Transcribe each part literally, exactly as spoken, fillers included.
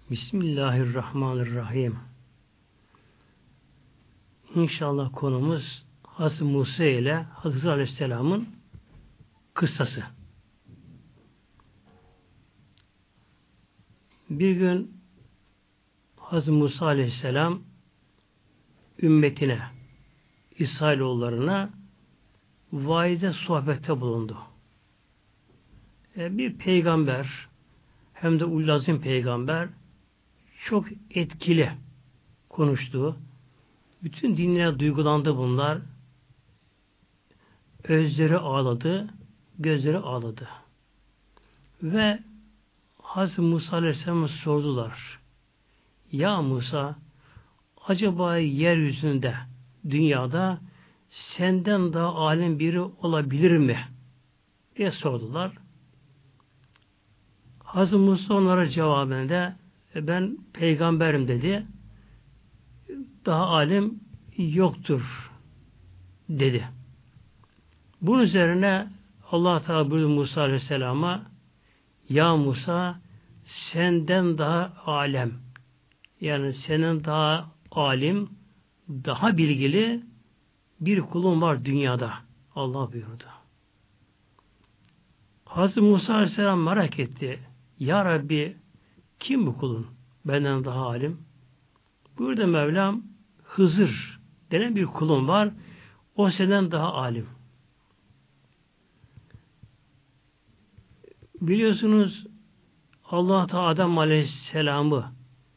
Bismillahirrahmanirrahim. İnşallah konumuz Hazreti Musa ile Hazreti Aleyhisselam'ın kıssası. Bir gün Hazreti Musa Aleyhisselam ümmetine, İsrailoğullarına vaizde sohbette bulundu. Bir peygamber, hem de ulazim peygamber, çok etkili konuştu. Bütün dinlere duygulandı bunlar. Özleri ağladı, gözleri ağladı. Ve Hazreti Musa Aleyhisselam'a sordular. Ya Musa, acaba yeryüzünde, dünyada senden daha alim biri olabilir mi? diye sordular. Hazreti Musa onlara cevabında ben peygamberim dedi. Daha alim yoktur dedi. Bunun üzerine Allah Teala buyurdu Musa Aleyhisselam'a, ya Musa senden daha alem, yani senin daha alim, daha bilgili bir kulun var dünyada. Allah buyurdu. Hazreti Musa Aleyhisselam merak etti. Ya Rabbi, kim bu kulun? Benden daha alim. Burada Mevlam, Hızır denen bir kulun var. O senden daha alim. Biliyorsunuz Allah Teala Adem Aleyhisselam'ı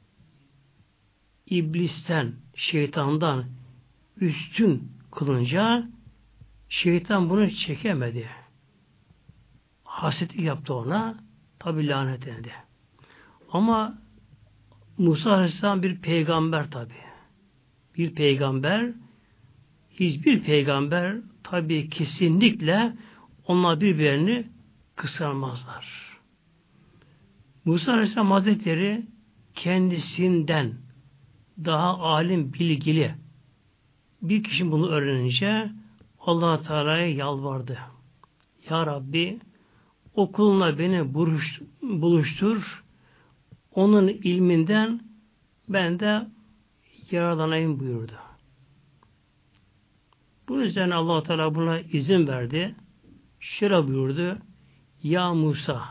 İblisten, şeytandan üstün kılınca şeytan bunu çekemedi. Hasetlik yaptı ona. Tabi lanet edildi. Ama Musa Aleyhisselam bir peygamber tabi. Bir peygamber, hiçbir peygamber tabi kesinlikle onlar birbirlerini kıskanmazlar. Musa Aleyhisselam Hazretleri kendisinden daha alim, bilgili bir kişi bunu öğrenince Allah Teala'ya yalvardı. Ya Rabbi, o kulunla beni buluştur, onun ilminden ben de yararlanayım buyurdu. Bunun üzerine Allah Teala buna izin verdi. Şöyle buyurdu. Ya Musa,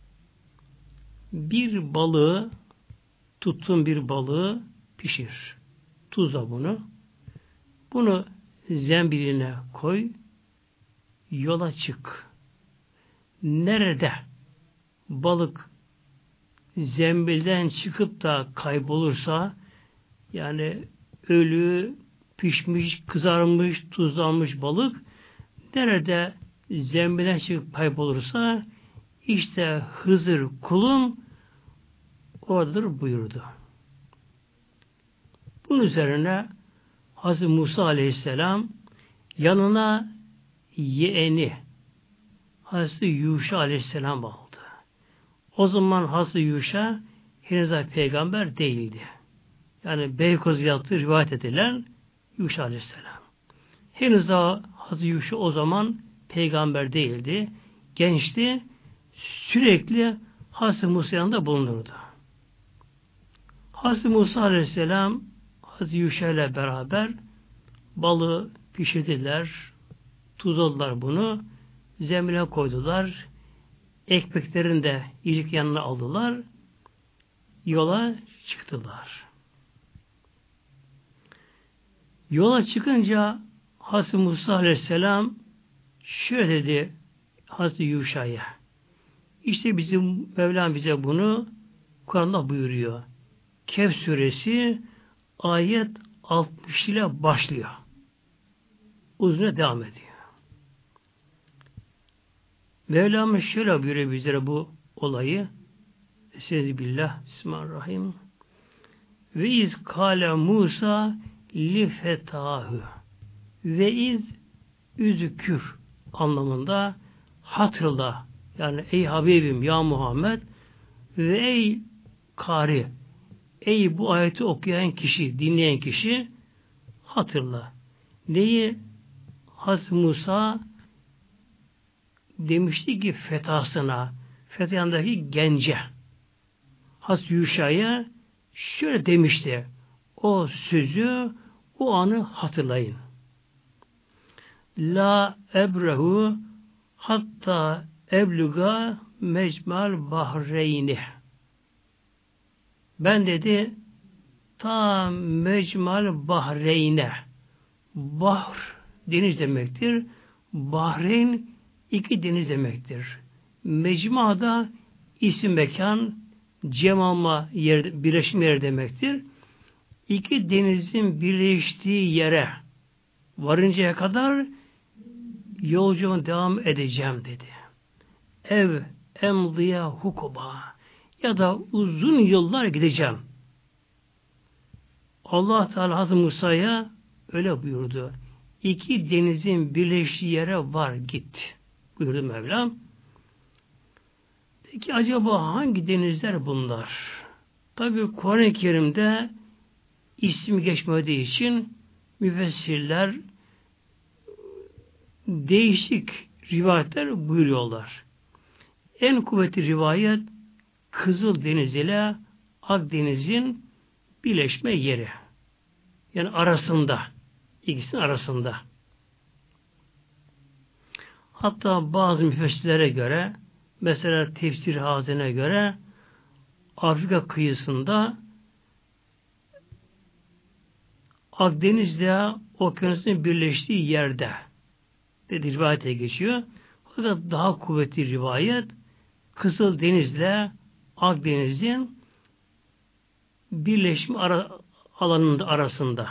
bir balığı, tuttuğun bir balığı pişir. Tuzla bunu. Bunu zembiline koy. Yola çık. Nerede balık zembilden çıkıp da kaybolursa, yani ölü, pişmiş, kızarmış, tuzlanmış balık nerede zembilden çıkıp kaybolursa işte Hızır kulum oradadır buyurdu. Bunun üzerine Hazreti Musa Aleyhisselam yanına yeğeni Hazreti Yuşa Aleyhisselam aldı. O zaman Hazreti Yuşa henüz daha peygamber değildi. Yani Beykoz yaptığı rivayet edilen Yuşa Aleyhisselam. Henüz daha Hazreti Yuşa o zaman peygamber değildi. Gençti. Sürekli Hazreti Musa yanında bulunurdu. Hazreti Musa Aleyhisselam Hazreti Yuşa ile beraber balığı pişirdiler, tuzladılar bunu, zemine koydular, ekmeklerini de yiyecek yanına aldılar, yola çıktılar. Yola çıkınca Hazreti Musa Aleyhisselam şöyle dedi Hazreti Yuşa'ya, İşte bizim Mevlam bize bunu Kur'an'da buyuruyor. Kehf suresi ayet altmış ile başlıyor. Uzun devam ediyor. Mevlamız şöyle buyuruyor bizlere bu olayı. Estağfirullah, Bismillahirrahmanirrahim. Ve iz kâle Musa li fetahu. Ve iz üzükür anlamında hatırla. Yani ey Habibim ya Muhammed ve ey kari, ey bu ayeti okuyan kişi, dinleyen kişi hatırla. Neyi? Hazreti Musa demişti ki fetasına, fetayandaki gence Hazreti Yuşa'ya şöyle demişti. O sözü, o anı hatırlayın. La ebrehu hatta ebluga mecmal bahreyni. Ben dedi ta mecmal bahreyne. Bahr deniz demektir. Bahreyn iki deniz demektir. Mecma da isim mekan, cemama yer, birleşim yeri demektir. İki denizin birleştiği yere varıncaya kadar yolculuğuma devam edeceğim dedi. Ev emdiya hukuba ya da uzun yıllar gideceğim. Allah Teala Hazreti Musa'ya öyle buyurdu. İki denizin birleştiği yere var git buyurdu Mevlam. Peki acaba hangi denizler bunlar? Tabi Kur'an-ı Kerim'de ismi geçmediği için müfessirler değişik rivayetler buyuruyorlar. En kuvvetli rivayet Kızıldeniz ile Akdeniz'in birleşme yeri. Yani arasında. İkisinin arasında. Hatta bazı müfessirlere göre mesela tefsir hazine göre Afrika kıyısında Akdeniz'le okyanusun birleştiği yerde dedi rivayete geçiyor. Fakat daha kuvvetli rivayet Kızıldeniz'le Akdeniz'in birleşme ara, alanında arasında.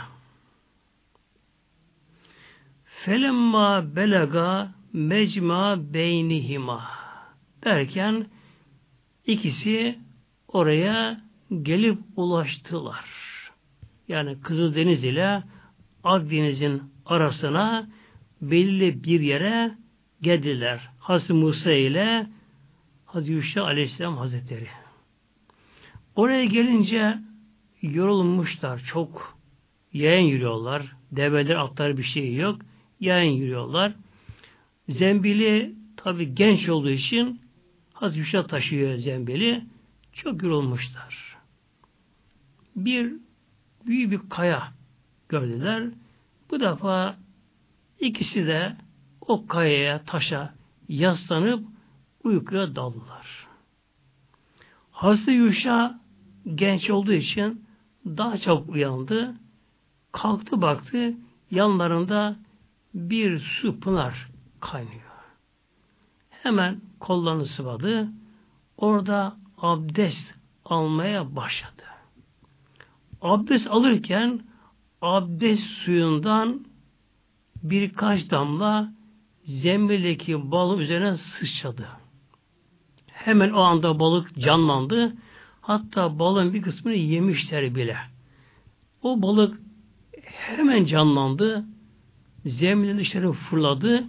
Felemma belaga mecma beynihima derken ikisi oraya gelip ulaştılar. Yani Kızıldeniz ile Akdeniz'in arasına belli bir yere geldiler. Hazreti Musa ile Hazreti Yuşa Aleyhisselam Hazretleri. Oraya gelince yorulmuşlar. Çok yayan yürüyorlar. Develer, atlar bir şey yok. Yayan yürüyorlar. Zembili tabi genç olduğu için Hazreti Yuşa taşıyor zembili. Çok yorulmuşlar. Bir büyük bir kaya gördüler. Bu defa ikisi de o kayaya, taşa yaslanıp uykuya daldılar. Hazreti Yuşa genç olduğu için daha çabuk uyandı. Kalktı baktı, yanlarında bir su pınar kaynıyor. Hemen kollarını sıvadı. Orada abdest almaya başladı. Abdest alırken abdest suyundan birkaç damla zembildeki balın üzerine sıçradı. Hemen o anda balık canlandı. Hatta balın bir kısmını yemişler bile. O balık hemen canlandı. Zembilden dışarı fırladı.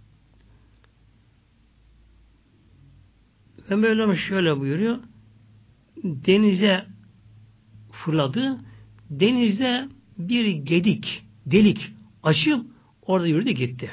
Ve Mevlam şöyle buyuruyor. Denize fırladı. Denizde bir gedik, delik açıp orada yürüdü gitti.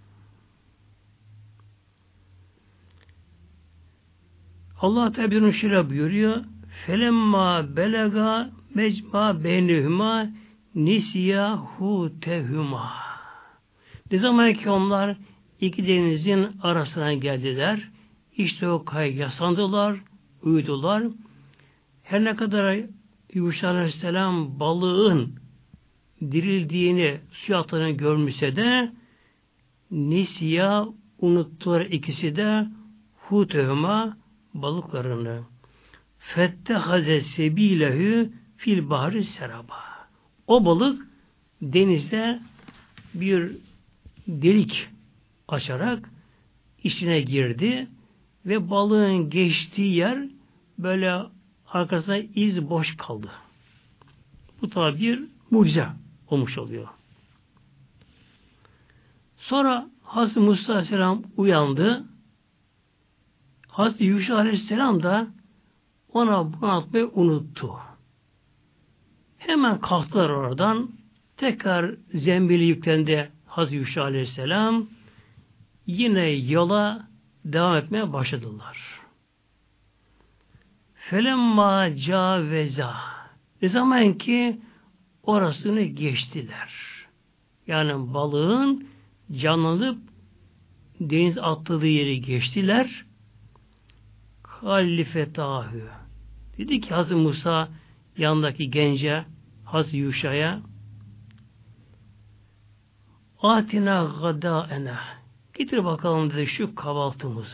Allah Teala bir şöyle buyuruyor. Felemma belega mecma beynehuma nisyahu tehuma. Ne zaman ki onlar iki denizin arasına geldiler, işte o kayaya yaslandılar, uyudular. Her ne kadar Yuşa Aleyhisselam balığın dirildiğini, suya attığını görmüşse de nisya unuttular ikisi de hutehuma balıklarını. Fettehaze sebilehu fil bahri seraba. O balık denizde bir delik açarak içine girdi ve balığın geçtiği yer böyle arkasında iz boş kaldı. Bu tabi bir mucize olmuş oluyor. Sonra Hazreti Musa Aleyhisselam uyandı. Hazreti Yuşa Aleyhisselam da ona bunu atmayı unuttu. Hemen kalktılar oradan. Tekrar zembili yüklendi Hazreti Yuşa Aleyhisselam. Yine yola devam etmeye başladılar. Felemma caveza. Ne zaman ki orasını geçtiler. Yani balığın canlanıp deniz atladığı yeri geçtiler. Halifetahü. Dedi ki Hazreti Musa yanındaki gence Hazreti Yuşa'ya Atina gadaena. Getir bakalım dedi şu kahvaltımızı.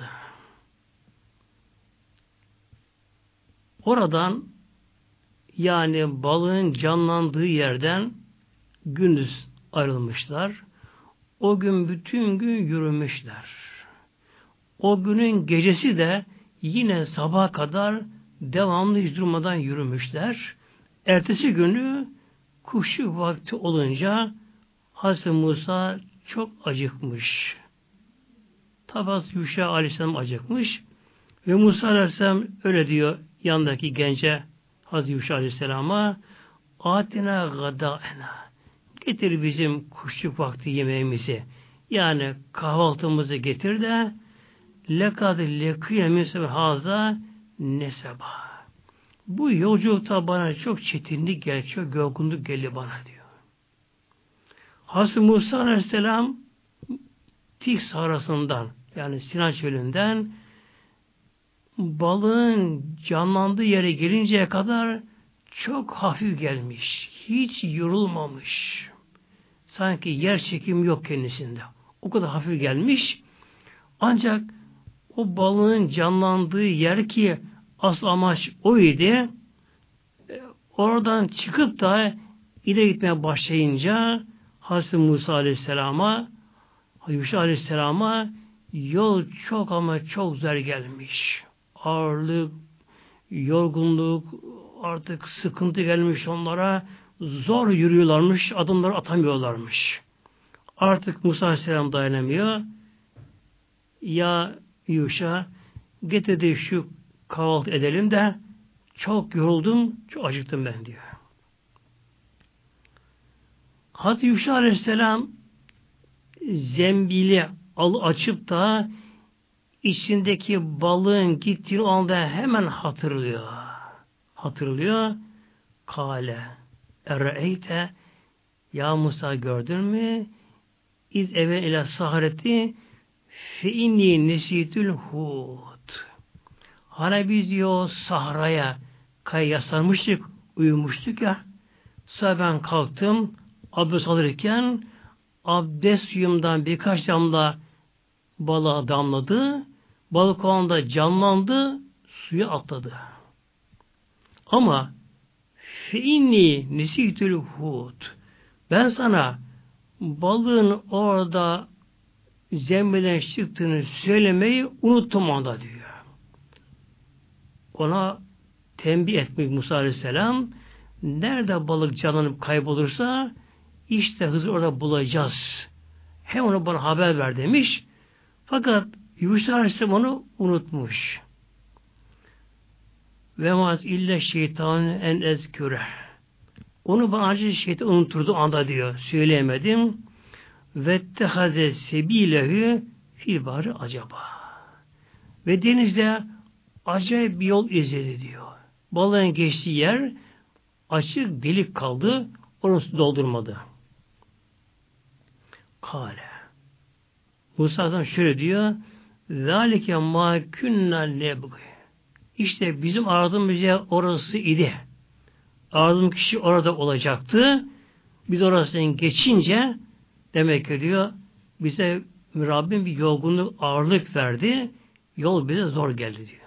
Oradan yani balığın canlandığı yerden gündüz ayrılmışlar. O gün bütün gün yürümüşler. O günün gecesi de yine sabaha kadar devamlı hiç durmadan yürümüşler. Ertesi günü kuşluk vakti olunca Hazreti Musa çok acıkmış. Tabi Hazreti Yuşa Aleyhisselam acıkmış. Ve Musa Aleyhisselam öyle diyor yanındaki gence Hazreti Yuşa Aleyhisselam'a Atina gadaena. Getir bizim kuşluk vakti yemeğimizi. Yani kahvaltımızı getir de lekad lekiye misal haza neseba. Bu yolculukta bana çok çetinlik geliyor, çok yorgunluk geliyor bana diyor. Hazreti Musa Aleyhisselam Tik Sahrası'ndan yani Sina Çölü'nden balığın canlandığı yere gelinceye kadar çok hafif gelmiş. Hiç yorulmamış. Sanki yer çekimi yok kendisinde. O kadar hafif gelmiş. Ancak o balığın canlandığı yer ki asıl amaç oydu. Oradan çıkıp da ileri gitmeye başlayınca Hazreti Musa Aleyhisselam'a Yuşa Aleyhisselam'a yol çok ama çok zor gelmiş. Ağırlık, yorgunluk, artık sıkıntı gelmiş onlara. Zor yürüyorlarmış, adımları atamıyorlarmış. Artık Musa Aleyhisselam dayanamıyor. Ya Yuşa getirdi şu kahvaltı edelim de çok yoruldum, çok acıktım ben diyor. Hazreti Yuşa Aleyhisselam zembili al açıp da içindeki balığın gittiğini o anda hemen hatırlıyor. Hatırlıyor. Kale ereyte ya Musa gördün mü? İz eve ile sahareti fe inni nesitül hud. Hani biz diyor sahraya kaya yaslanmıştık, uyumuştuk ya. Sonra ben kalktım abdest alırken abdest suyumdan birkaç damla balığa damladı. Balık o anda canlandı, suya atladı. Ama fe inni nesitül hud. Ben sana balığın orada zembiden çıktığını söylemeyi unuttum onda diyor. Ona tembih etmiş Musa Aleyhisselam. Nerede balık canlanıp kaybolursa işte Hızır orada bulacağız. Hem onu bana haber ver demiş. Fakat Yusuf Aleyhisselam onu unutmuş. Ve maz ille şeytanın en ezküre. Onu bana acı şeytan unuturdu anda diyor. Söyleyemedim. Ve tehaze sebilehu fil bari acaba. Ve denizde acayip bir yol izledi diyor. Balığın geçtiği yer açık delik kaldı. Onu doldurmadı. Kale. Musa'dan şöyle diyor. Zalike ma kunna lebgi. İşte bizim aradığımız yer orası idi. Aradığım kişi orada olacaktı. Biz orasından geçince demek ki diyor bize Rabbim bir yorgunluk, ağırlık verdi. Yol bize zor geldi diyor.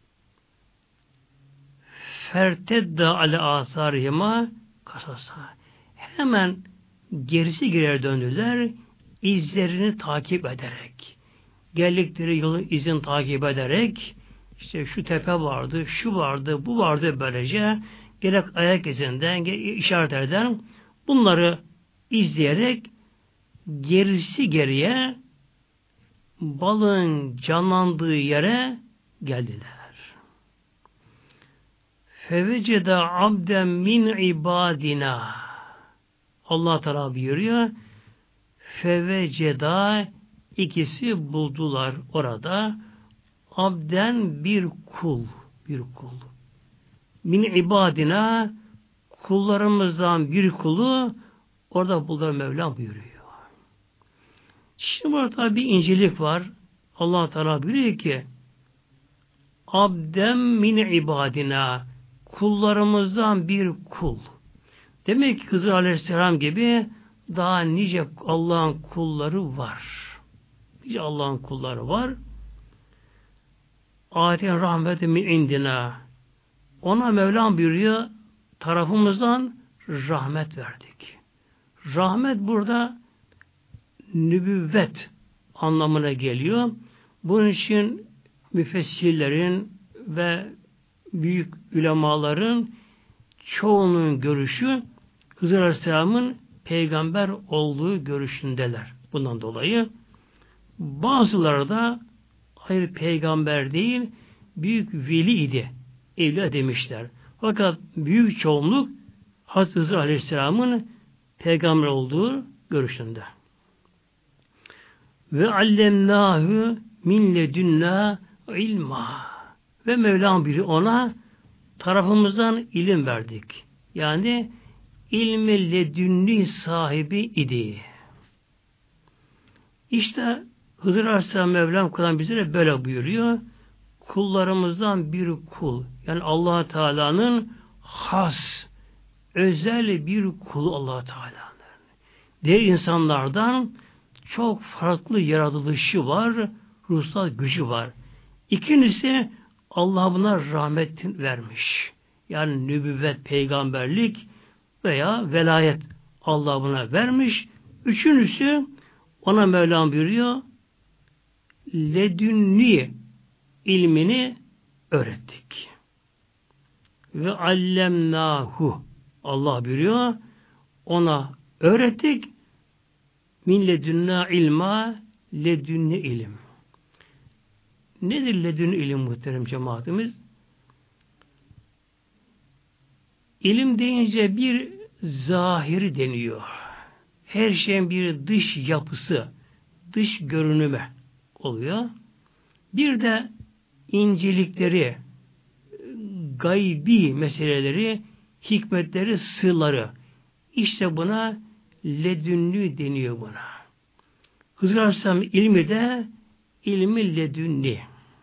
Fertedda ale asarihima kasasa. Hemen gerisi girer döndüler. İzlerini takip ederek. Geldikleri yolun izini takip ederek işte şu tepe vardı, şu vardı, bu vardı böylece gerek ayak izinden, gerek işaretlerden bunları izleyerek gerisi geriye balığın canlandığı yere geldiler. Fevecede abden min ibadina. Allah Teala buyuruyor. Feveceda ikisi buldular orada. Abden bir kul. Bir kul. min ibadina kullarımızdan bir kulu orada bulur Mevlam buyuruyor. Şimdi burada bir incelik var. Allah Teala buyuruyor ki abdem min ibadina kullarımızdan bir kul. Demek ki Hızır Aleyhisselam gibi daha nice Allah'ın kulları var. Nice Allah'ın kulları var. Ayetin rahmeti min indina. Ona Mevlam buyuruyor tarafımızdan rahmet verdik. Rahmet burada nübüvvet anlamına geliyor. Bunun için müfessirlerin ve büyük ulemaların çoğunun görüşü Hızır Aleyhisselam'ın peygamber olduğu görüşündeler. Bundan dolayı bazıları da hayır peygamber değil büyük veli idi. Evliya demişler. Fakat büyük çoğunluk Hazreti Hızır Aleyhisselam'ın peygamber olduğu görüşünde. Ve allemnâhu min ledünnâ ilmâ. Ve Mevlam biri ona tarafımızdan ilim verdik. Yani ilmi ledünni sahibi idi. İşte Hızır Aleyhisselam Mevlam Kur'an bize böyle buyuruyor. Kullarımızdan bir kul. Yani Allah Teala'nın has, özel bir kulu Allah Teala'nın. Diğer insanlardan çok farklı yaratılışı var, ruhsal gücü var. İkincisi Allah buna rahmet vermiş. Yani nübüvvet, peygamberlik veya velayet Allah buna vermiş. Üçüncüsü ona Mevlam buyuruyor ledünni ilmini öğrettik. Ve allemnahu Allah buyuruyor ona öğrettik min ledünna ilma ledünni ilim. Nedir ledünni ilim muhterem cemaatimiz? İlim deyince bir zahiri deniyor. Her şeyin bir dış yapısı, dış görünümü oluyor. Bir de incelikleri, gaybi meseleleri, hikmetleri, sırları. İşte buna ledünlü deniyor buna. Hızır Aleyhisselam ilmi de ilmi ledünni.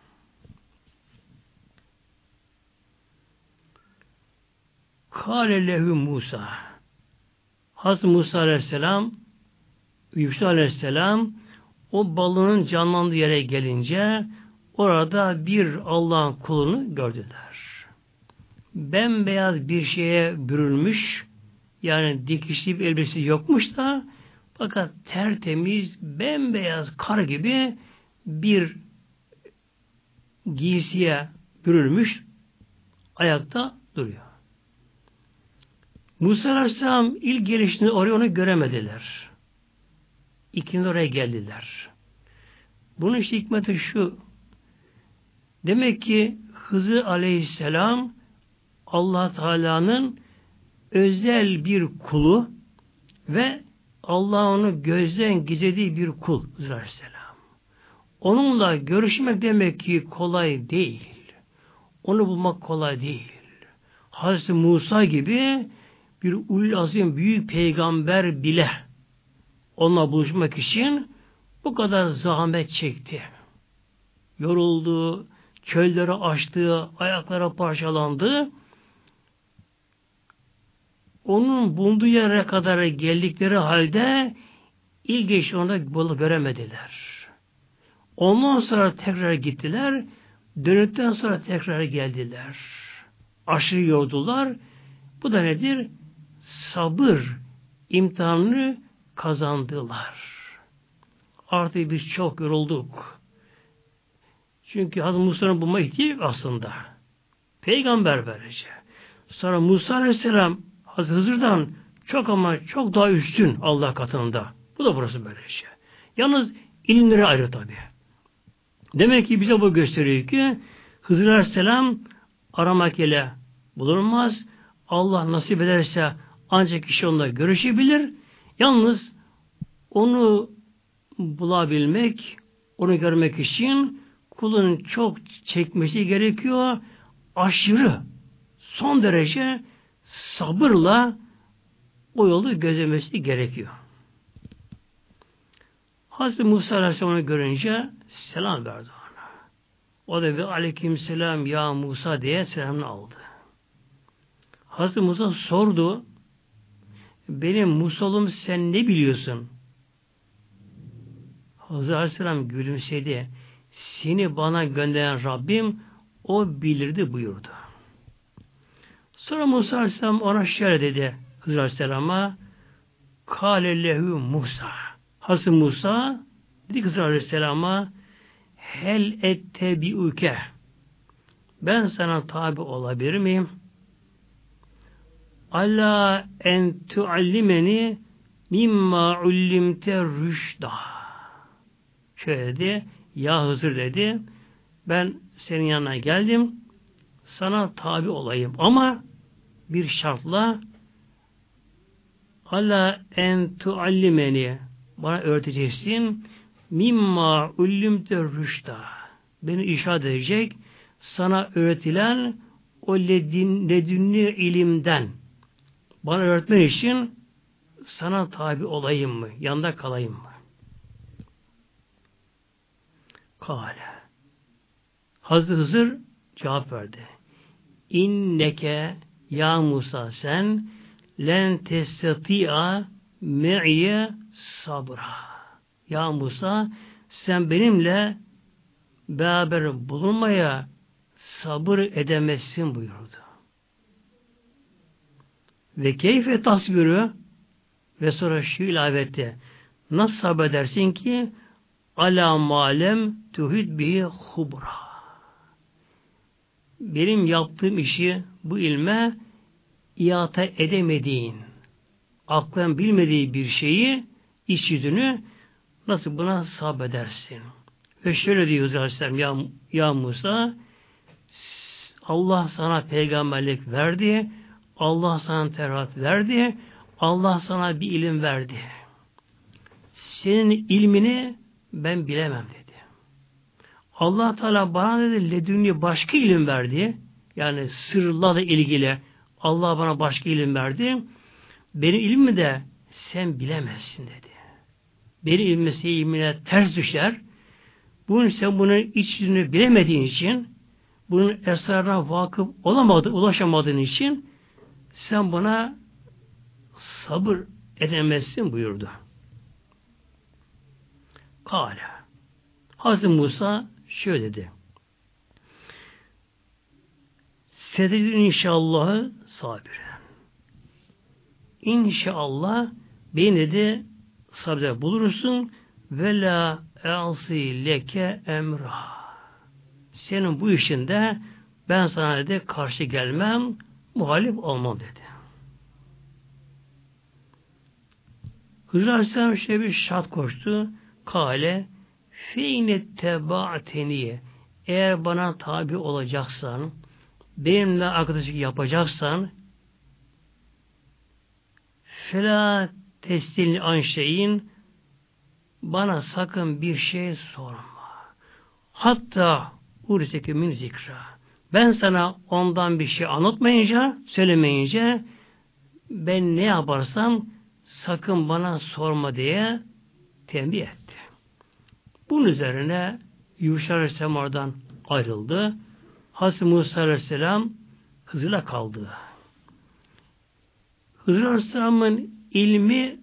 Kâle lehü Musa. Hazreti Musa Aleyhisselam Yusuf Aleyhisselam o balığın canlandığı yere gelince orada bir Allah'ın kulunu gördüler. Bembeyaz bir şeye bürünmüş, yani dikişli bir elbisesi yokmuş da fakat tertemiz, bembeyaz kar gibi bir giysiye bürünmüş, ayakta duruyor. Musa Aleyhisselam ilk gelişinde oraya onu göremediler. İkinci oraya geldiler. Bunun hikmeti şu. Demek ki Hızır Aleyhisselam Allah Teala'nın özel bir kulu ve Allah onu gözden gizlediği bir kul Hızır Aleyhisselam. Onunla görüşmek demek ki kolay değil. Onu bulmak kolay değil. Hazreti Musa gibi bir ulul azim büyük peygamber bile onunla buluşmak için bu kadar zahmet çekti. Yoruldu, çölleri aştı, ayaklara parçalandı. Onun bulunduğu yere kadar geldikleri halde ilk iş onda bunu göremediler. Ondan sonra tekrar gittiler. Dönütten sonra tekrar geldiler. Aşırı yordular. Bu da nedir? Sabır imtihanını kazandılar. Artık biz çok yorulduk. Çünkü Hazreti Musa'nın bulma ihtiyacı aslında. Peygamber böylece. Sonra Musa Aleyhisselam Hazreti Hızır'dan çok ama çok daha üstün Allah katında. Bu da burası böylece. Yalnız ilimleri ayrı tabi. Demek ki bize bu gösteriyor ki Hızır Aleyhisselam aramak ile bulunmaz. Allah nasip ederse ancak kişi onunla görüşebilir. Yalnız onu bulabilmek, onu görmek için kulun çok çekmesi gerekiyor. Aşırı, son derece sabırla o yolu gözlemesi gerekiyor. Hazreti Musa Aleyhisselam'ı görünce selam verdi ona. O da bir aleykümselam ya Musa diye selamını aldı. Hazreti Musa sordu. Benim Musa'lım sen ne biliyorsun? Hazreti Aleyhisselam gülümsedi. Seni bana gönderen Rabbim o bilirdi buyurdu. Sonra Musa Aleyhisselam ona şöyle dedi. Hazreti Aleyhisselam'a Kâle lehu Musa. Hazreti Musa dedi ki Hazreti Aleyhisselam'a hel ettebi'üke ben sana tabi olabilir miyim? Alla en tuallimeni mimma ullimte rüşda. Şöyle dedi, ya Hızır dedi, ben senin yanına geldim, sana tabi olayım ama bir şartla Alla en tuallimeni bana öğreteceksin mimma ullimte rüşda. Beni irşad edecek sana öğretilen o ledin, ledünni ilimden bana öğretmen için sana tabi olayım mı? Yanında kalayım mı? Kâle. Hazreti Hızır cevap verdi. İnneke ya Musa sen len testati'a me'iye sabra. Ya Musa sen benimle beraber bulunmaya sabır edemezsin buyurdu. Ve keyfe tasbürü ve sonra şu ilavette nasıl sabredersin ki ala malem tuhid bihi hubra. Benim yaptığım işi bu ilme ihata edemediğin, aklın bilmediği bir şeyi, iş yüzünü nasıl buna sabredersin? Ve şöyle diyor Aleyhisselam, ya, ya Musa Allah sana peygamberlik verdi, Allah sana Tevrat verdi, Allah sana bir ilim verdi. Senin ilmini ben bilemem dedi. Allah Teala bana dedi ledünni başka ilim verdi. Yani sırlarla ilgili Allah bana başka ilim verdi. Benim ilmimi de sen bilemezsin dedi. Benim ilmime senin ilmine ters düşer. Bunun sen bunun iç yüzünü bilemediğin için, bunun esrarına vakıf olamadığın, ulaşamadığın için sen buna sabır edemezsin buyurdu. Kâle. Hazreti Musa şöyle dedi. Sededin inşallahı sabiren. İnşallah beni de sabır bulursun ve la e'asi leke emra. Senin bu işinde ben sana de karşı gelmem, muhalif olmam dedi. Hızır Aleyhisselam şöyle bir şart koştu. Kale feyne tebaateniye eğer bana tabi olacaksan, benimle arkadaşlık yapacaksan fela testilni an şeyin bana sakın bir şey sorma. Hatta uriseke min zikra. Ben sana ondan bir şey anlatmayınca, söylemeyince ben ne yaparsam sakın bana sorma diye tembih etti. Bunun üzerine Yuşa Aleyhisselam oradan ayrıldı. Hazreti Musa Aleyhisselam Hızır'la kaldı. Hızır Aleyhisselam'ın ilmi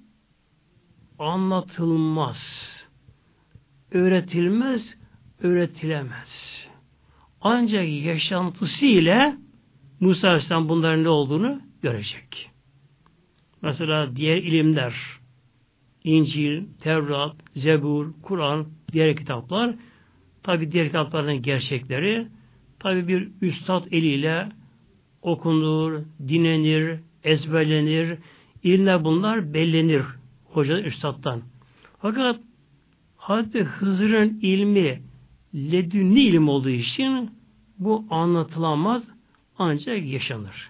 anlatılmaz, öğretilmez, öğretilemez. Ancak yaşantısı ile Musa Aleyhisselam bunların ne olduğunu görecek. Mesela diğer ilimler, İncil, Tevrat, Zebur, Kur'an, diğer kitaplar, tabi diğer kitapların gerçekleri, tabi bir üstad eliyle okunur, dinlenir, ezberlenir, ilimler bunlar bellenir hocadan, üstaddan. Fakat Hazreti Hızır'ın ilmi ledünni ilim olduğu için bu anlatılamaz, ancak yaşanır.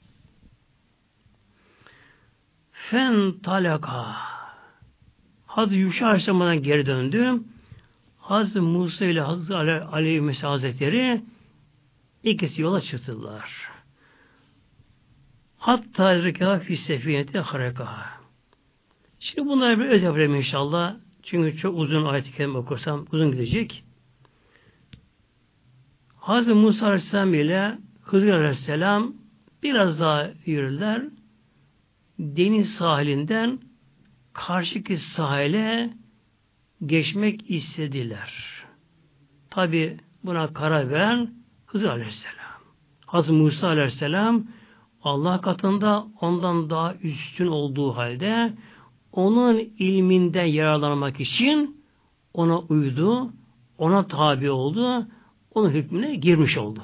Fen talaka. Hazreti Yuşa Aleyhisselam'dan geri döndü. Hazreti Musa ile Hazreti Aleyhisselam Hazretleri ikisi yola çıktılar. Hatta rükâ fî sefineti harekaha. Şimdi bunları bir öz yapayım inşallah. Çünkü çok uzun ayet-i kerime okursam uzun gidecek. Hazreti Musa Aleyhisselam ile Hızır Aleyhisselam biraz daha yürürler. Deniz sahilinden karşıki sahile geçmek istediler. Tabi buna karar veren Hızır Aleyhisselam. Hazreti Musa Aleyhisselam Allah katında ondan daha üstün olduğu halde onun ilminden yararlanmak için ona uydu, ona tabi oldu, onun hükmüne girmiş oldu.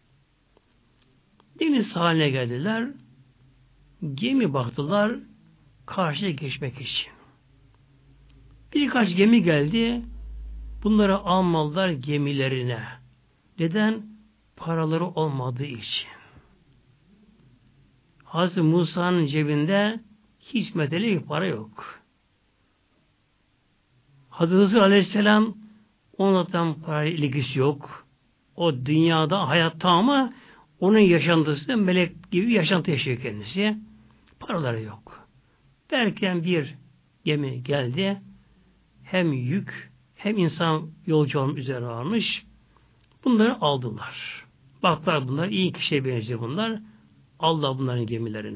Deniz sahiline geldiler, gemi baktılar karşıya geçmek için. Birkaç gemi geldi, bunları almalılar gemilerine. Neden? Paraları olmadığı için. Hazreti Musa'nın cebinde hiç meteli para yok. Hazreti Hızır Aleyhisselam ondan parayla ilgisi yok. O dünyada hayatta ama onun yaşantısı melek gibi yaşantı yaşıyor kendisi. Paraları yok. Derken bir gemi geldi. Hem yük hem insan yolcu olmak üzere almış. Bunları aldılar. Baktılar bunlar iyi kişiye benziyor bunlar. Allah bunların gemilerine.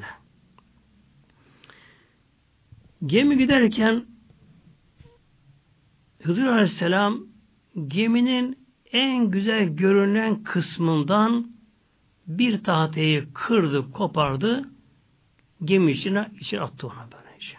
Gemi giderken Hızır Aleyhisselam geminin en güzel görünen kısmından bir tahtayı kırdı, kopardı, gemi içine, içine attı ona böylece.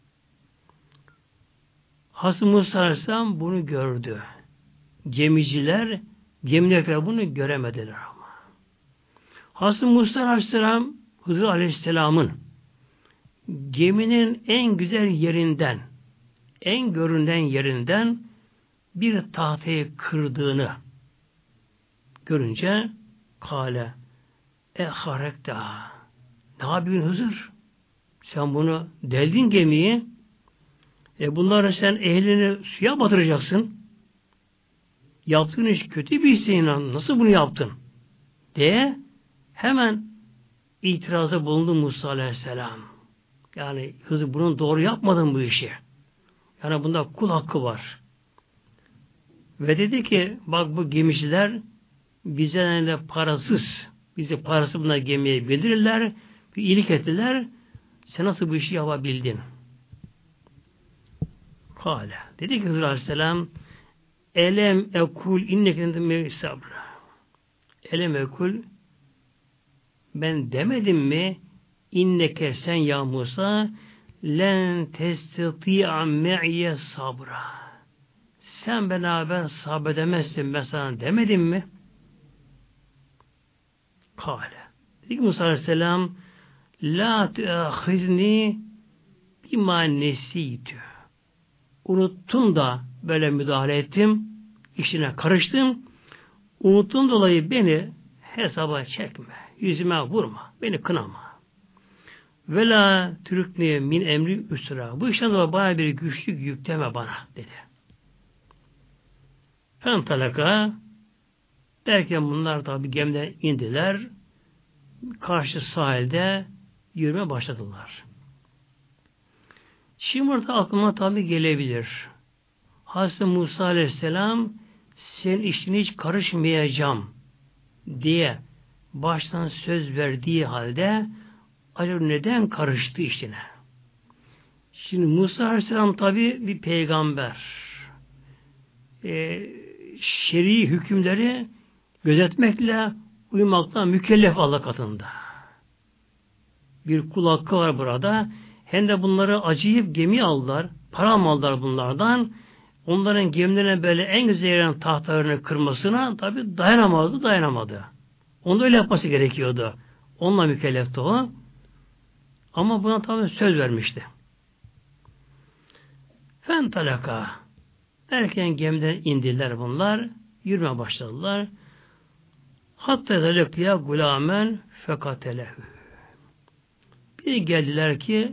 Hazreti Musa Aleyhisselam bunu gördü. Gemiciler, gemiler bunu göremediler ama. Hazreti Musa Aleyhisselam, Hızır Aleyhisselam'ın geminin en güzel yerinden, en görünen yerinden bir tahtayı kırdığını görünce kâle e harekta ne yapıyorsun Hızır? Sen bunu deldin gemiyi e bunları sen ehlini suya batıracaksın. Yaptığın iş kötü bir işse inan. Nasıl bunu yaptın? Diye hemen itirazda bulundu Musa Aleyhisselam. Yani Hızır bunun doğru yapmadın bu işi. Yani bunda kul hakkı var. Ve dedi ki bak bu gemiciler bize de parasız bizi parası buna gemiye bildirirler bir iyilik ettiler. Sen nasıl bu işi yapabildin? Kâle. Dedi ki Hızır Aleyhisselam elem ekul innekendime sabra. Elem ekul ben demedim mi inneke sen ya Musa len testati'a me'ye sabra. Sen beraber sabredemezsin ben sana demedim mi? Kâle. Dedi ki Musa Aleyhisselam la tuâhizni bimâ nesîtü. Unuttum da böyle müdahale ettim. İşine karıştım. Unuttum dolayı beni hesaba çekme. Yüzüme vurma. Beni kınama. Ve la türkneye min emri üsra. Bu işten dolayı bana bir güçlük yükleme bana dedi. Fen talaka derken bunlar tabi gemiden indiler. Karşı sahilde yürüme başladılar. Şimdi burada aklıma tabi gelebilir. Hazreti Musa Aleyhisselam senin işine hiç karışmayacağım diye baştan söz verdiği halde acaba neden karıştı işine? Şimdi Musa Aleyhisselam tabi bir peygamber. Ee, şer'i hükümleri gözetmekle uymaktan mükellef Allah katında. Bir kul hakkı var burada. Hem de bunları acıyıp gemi aldılar. Para aldılar bunlardan. Onların gemilerine böyle en güzel yeren tahtalarını kırmasına tabi dayanamazdı, dayanamadı. Onu da öyle yapması gerekiyordu. Onunla mükellefti o. Ama buna tabi söz vermişti. Fen talaka. Erken gemiden indiler bunlar. Yürüme başladılar. Hatta zelekiya gulamen fekatelehu. Bir geldiler ki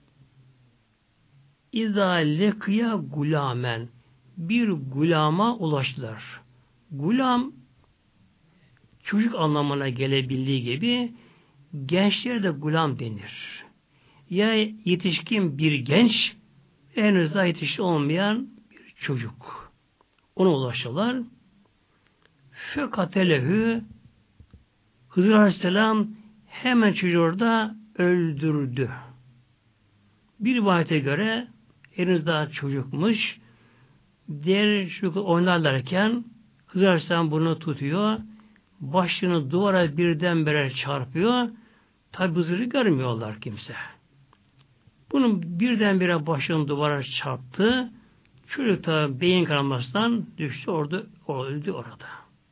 İzâ lekiya gulamen bir gulama ulaştılar. Gulam çocuk anlamına gelebildiği gibi gençlere de gulam denir. Ya yetişkin bir genç, henüz daha yetişkin olmayan bir çocuk. Ona ulaşırlar. Fekatelehü Hızır Aleyhisselam hemen çocuğu orada öldürdü. Bir rivayete göre henüz daha çocukmuş. Diğer çocuklar oynarlarken Hızır Aleyhisselam bunu tutuyor. Başını duvara birdenbire çarpıyor. Tabi Hızır'ı görmüyorlar kimse. Bunun birdenbire başını duvara çarptı. Çocuk da beyin kanamasından düştü orada, öldü orada.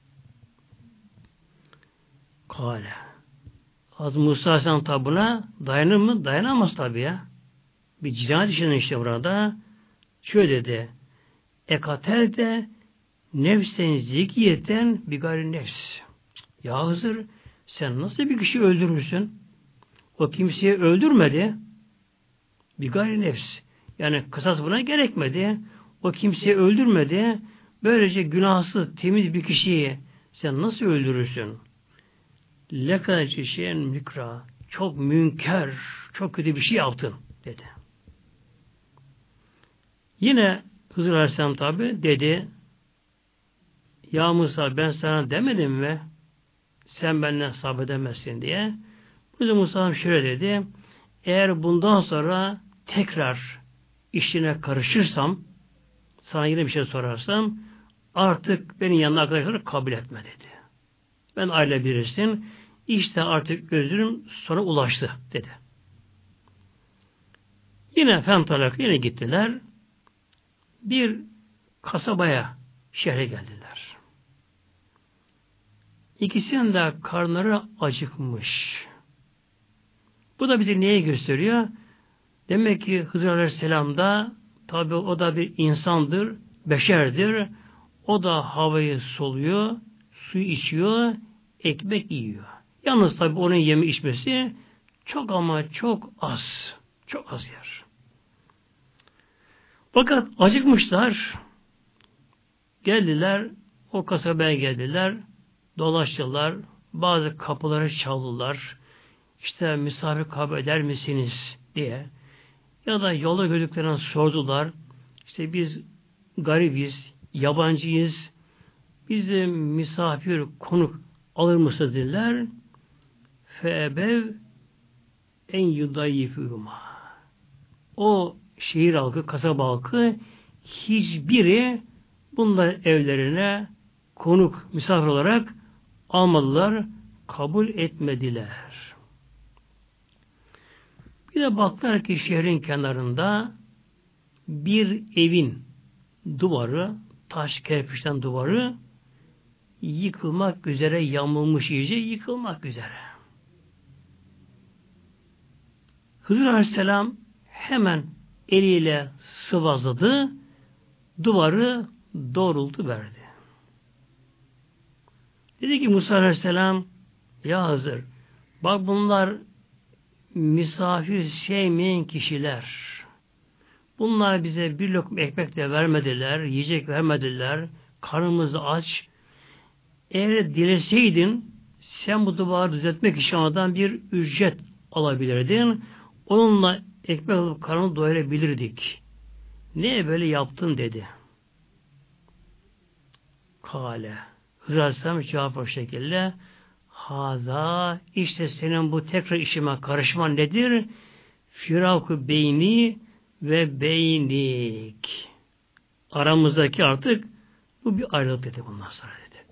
Kale. Az Musa Aleyhisselam tabi buna dayanır mı? Dayanamaz tabi ya. Bir cinayet işinin işte burada. Şöyle dedi. Ekatel de nefsen zekiyeten bir gayri nefs. Ya Hızır, sen nasıl bir kişi öldürürsün? O kimseyi öldürmedi. Bir gayri nefs. Yani kısas buna gerekmedi. O kimseyi öldürmedi. Böylece günahsız, temiz bir kişiyi sen nasıl öldürürsün? Lekâce şeyen mükra. Çok münker, çok kötü bir şey yaptın dedi. Yine Hızır Aleyhisselam tabi dedi, ya Musa ben sana demedim mi? Sen benden sabredemezsin diye. Burada Musa şöyle dedi, eğer bundan sonra tekrar işine karışırsam, sana yine bir şey sorarsam, artık benim yanına arkadaşları kabul etme dedi. Ben aile bilirsin, işte artık özrüm sonra ulaştı dedi. Yine Fentalak yine gittiler. Bir kasabaya, şehre geldiler. İkisinin de karnları acıkmış. Bu da bize neyi gösteriyor? Demek ki Hızır Aleyhisselam da tabi o da bir insandır, beşerdir. O da havayı soluyor, suyu içiyor, ekmek yiyor. Yalnız tabi onun yeme içmesi çok ama çok az. Çok az yer. Fakat acıkmışlar. Geldiler, o kasabaya geldiler, dolaştılar, bazı kapıları çaldılar. İşte misafir kabul eder misiniz diye. Ya da yola gördüklerine sordular. İşte biz garibiz, yabancıyız. Bizi misafir, konuk alır mısınız dediler. Feebev en yudayifühuma. O şehir halkı, kasaba halkı hiçbiri bunlar evlerine konuk, misafir olarak almadılar, kabul etmediler. Bir de baktılar ki şehrin kenarında bir evin duvarı, taş kerpiçten duvarı yıkılmak üzere, yamulmuş iyice yıkılmak üzere. Hızır Aleyhisselam hemen eliyle sıvazladı, duvarı doğrultu verdi. Dedi ki Musa Aleyhisselam, ya Hızır, bak bunlar misafir sevmeyen kişiler. Bunlar bize bir lokma ekmek de vermediler, yiyecek vermediler, karnımızı aç. Eğer dileseydin, sen bu duvarı düzeltmek için ondan bir ücret alabilirdin. Onunla ekmek alıp karnını doyurabilirdik. Niye böyle yaptın dedi. Kale. Hızır Aleyhisselam cevap o şekilde. Haza işte senin bu tekrar işime karışman nedir? Firavku beyni ve beynik. Aramızdaki artık bu bir ayrılık dedi bundan sonra dedi.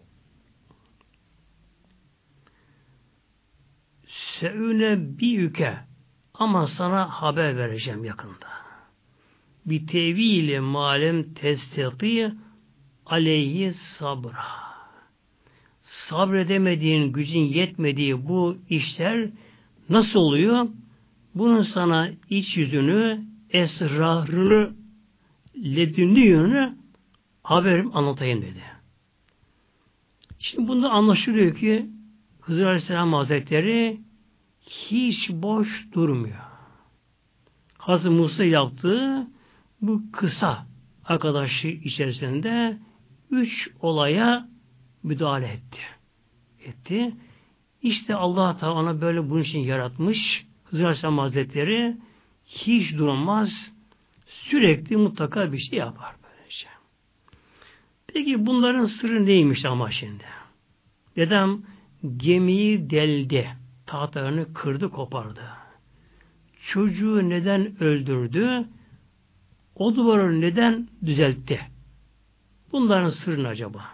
Seüne bir yüke ama sana haber vereceğim yakında. Bir tevili malem testati aleyhi sabra. Sabredemediğin, gücün yetmediği bu işler nasıl oluyor? Bunun sana iç yüzünü, esrarını, ledünlü yönünü haberim anlatayım dedi. Şimdi bunda anlaşılıyor ki Hızır Aleyhisselam Hazretleri hiç boş durmuyor. Hazreti Musa yaptığı bu kısa arkadaşı içerisinde üç olaya müdahale etti. Etti. İşte Allah Teala ona böyle bunun için yaratmış. Hızır Aleyhisselam Hazretleri hiç durmaz. Sürekli mutlaka bir şey yapar böylece. Peki bunların sırrı neymiş ama şimdi? Dedem gemiyi deldi. Tahtalarını kırdı, kopardı. Çocuğu neden öldürdü? O duvarı neden düzeltti? Bunların sırrı acaba?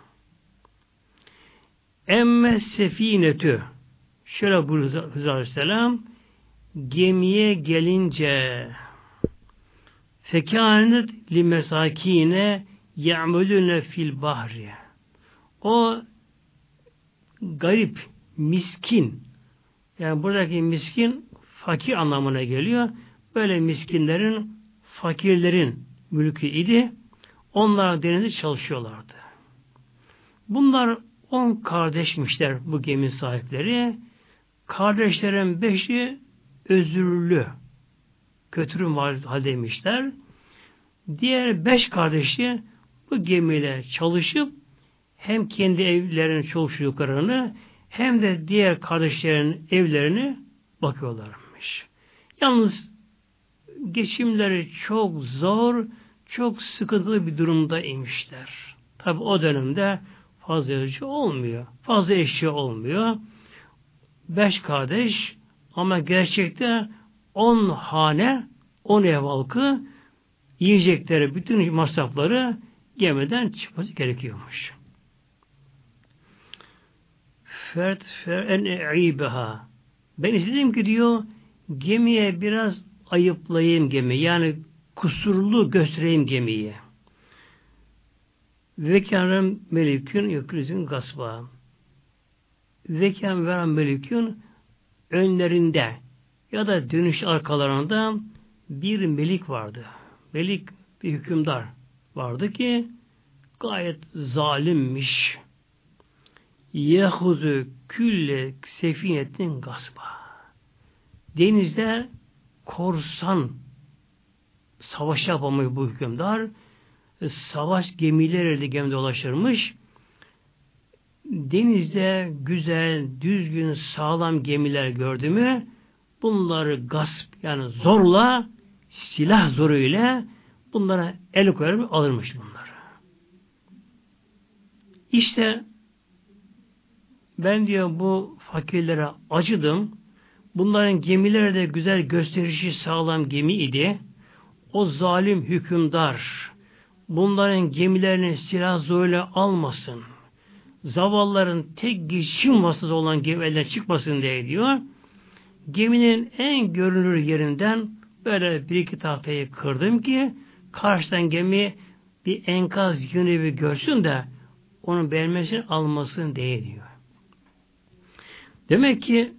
Emme sefinetü, şöyle buyuruyor Hızır Aleyhisselam, gemiye gelince fekânet li mesâkîne ya'melûne fil bahri. O garip, miskin, yani buradaki miskin fakir anlamına geliyor. Böyle miskinlerin, fakirlerin mülkü idi. Onlar denizde çalışıyorlardı. Bunlar on kardeşmişler bu geminin sahipleri. Kardeşlerin beşi özürlü, kötürüm haldeymişler. Diğer beş kardeşi bu gemiyle çalışıp hem kendi evlerinin çoluk çocuklarını hem de diğer kardeşlerin evlerini bakıyorlarmış. Yalnız geçimleri çok zor, çok sıkıntılı bir durumda imişler. Tabi o dönemde fazla yazıcı olmuyor. Fazla eşya olmuyor. Beş kardeş ama gerçekte on hane, on ev halkı yiyecekleri, bütün masrafları gemiden çıkması gerekiyormuş. Fert feren e'ibeha. Ben istedim ki diyor, gemiye biraz ayıplayayım gemi. Yani kusurlu göstereyim gemiyi. Vekan melikün yükrizün gasba. Vekan veren melikün önlerinde ya da dönüş arkalarında bir melik vardı. Melik bir hükümdar vardı ki gayet zalimmiş. Yehuzu külle sefinetin gasba. Denizde korsan savaş yapamayı bu hükümdar savaş gemileriyle gemide dolaşırmış. Denizde güzel, düzgün, sağlam gemiler gördü mü bunları gasp yani zorla silah zoruyla bunlara el koyar alırmış bunları. İşte ben diyor bu fakirlere acıdım. Bunların gemileri de güzel gösterişi sağlam gemi idi. O zalim hükümdar bunların gemilerini silah zoruyla almasın. Zavalların tek geçimvasız olan gemilerden çıkmasın diye diyor. Geminin en görünür yerinden böyle bir iki tahtayı kırdım ki karşıdan gemi bir enkaz yönü bir görsün de onun beğenmesini almasın diye diyor. Demek ki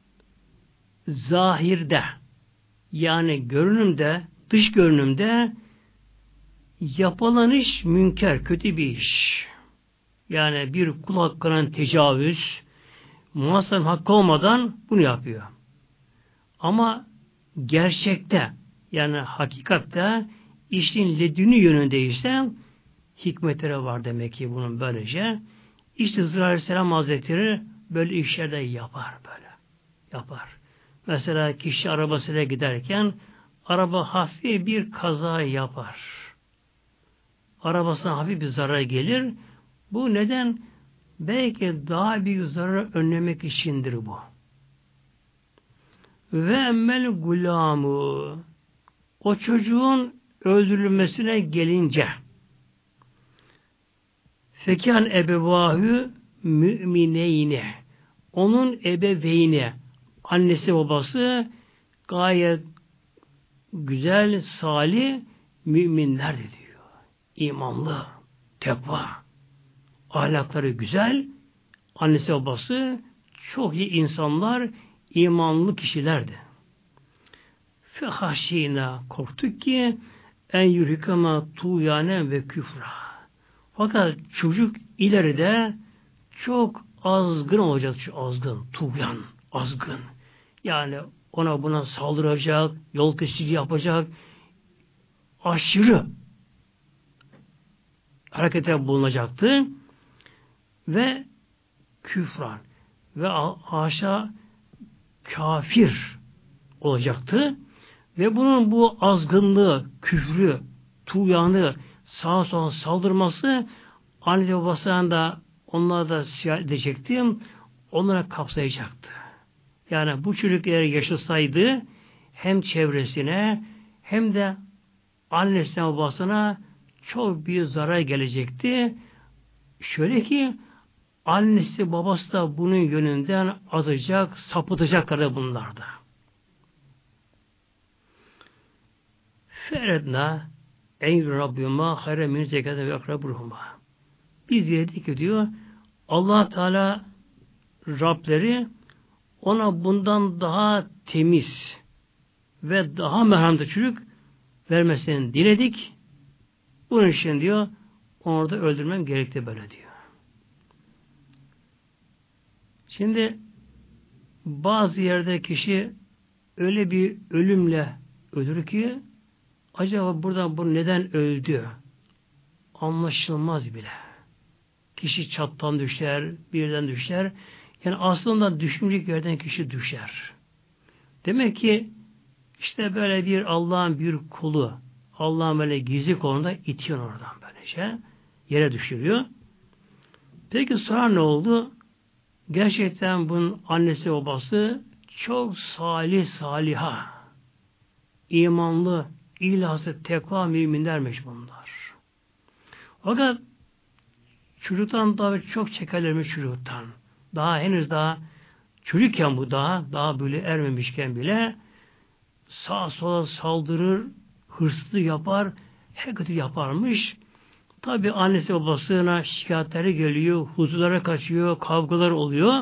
zahirde yani görünümde, dış görünümde yapılan iş münker, kötü bir iş. Yani bir kul hakkına tecavüz, muhasanın hakkı olmadan bunu yapıyor. Ama gerçekte yani hakikatte işin ledünü yönündeyse hikmetleri var demek ki bunun böylece. İşte Hızır Aleyhisselam Hazretleri böyle işlerde yapar böyle. Yapar. Mesela kişi arabasıyla giderken araba hafif bir kaza yapar. Arabasına hafif bir zarar gelir. Bu neden? Belki daha büyük zarar önlemek içindir bu. Ve emmel gulamı o çocuğun öldürülmesine gelince fekan ebevahü mümineyni onun ebeveyni annesi babası gayet güzel, salih müminler diyor. İmanlı, tekva, ahlakları güzel, annesi babası çok iyi insanlar, imanlı kişilerdi. Fehaşina korktuk ki en yürükama tuğyane ve küfra. Fakat çocuk ileride çok azgın olacak, çok azgın, tuğyan, azgın. Yani ona buna saldıracak, yol kesici yapacak, aşırı harekete bulunacaktı ve küfran. ve haşa kafir olacaktı. Ve bunun bu azgınlığı, küfrü, tuğyanı, sağa sola saldırması anne babasına da onlara da siyah edecekti. Onlara kapsayacaktı. Yani bu çocuk eğer yaşasaydı hem çevresine hem de annesine babasına çok büyük zarar gelecekti. Şöyle ki annesi babası da bunun yönünden azacak, sapıtacakları bunlarda. Feredna en Rabbima hayre min zekâte ve akrabruhuma. Biz dedik ki diyor Allah Teala Rableri ona bundan daha temiz ve daha merhametli çocuk vermesini diledik. Bunun için diyor onu da öldürmem gerekti böyle diyor. Şimdi bazı yerde kişi öyle bir ölümle ölür ki acaba burada bu neden öldü? Anlaşılmaz bile. Kişi çattan düşer, birden düşer. Yani aslında düşmeyecek yerden kişi düşer. Demek ki işte böyle bir Allah'ın bir kulu, Allah'ın böyle gizli kolunda itiyor oradan böylece. Yere düşürüyor. Peki sonra ne oldu? Gerçekten bunun annesi babası çok salih saliha, imanlı, ilhası, tekva müminlermiş bunlar. Fakat çocuktan daha çok çekerlermiş çocuktan. Daha henüz daha çocukken bu daha, daha böyle ermemişken bile sağa sola saldırır, hırsızlık yapar, her kötü yaparmış. Tabi annesi babasına şikayetleri geliyor, huzurlara kaçıyor, kavgalar oluyor.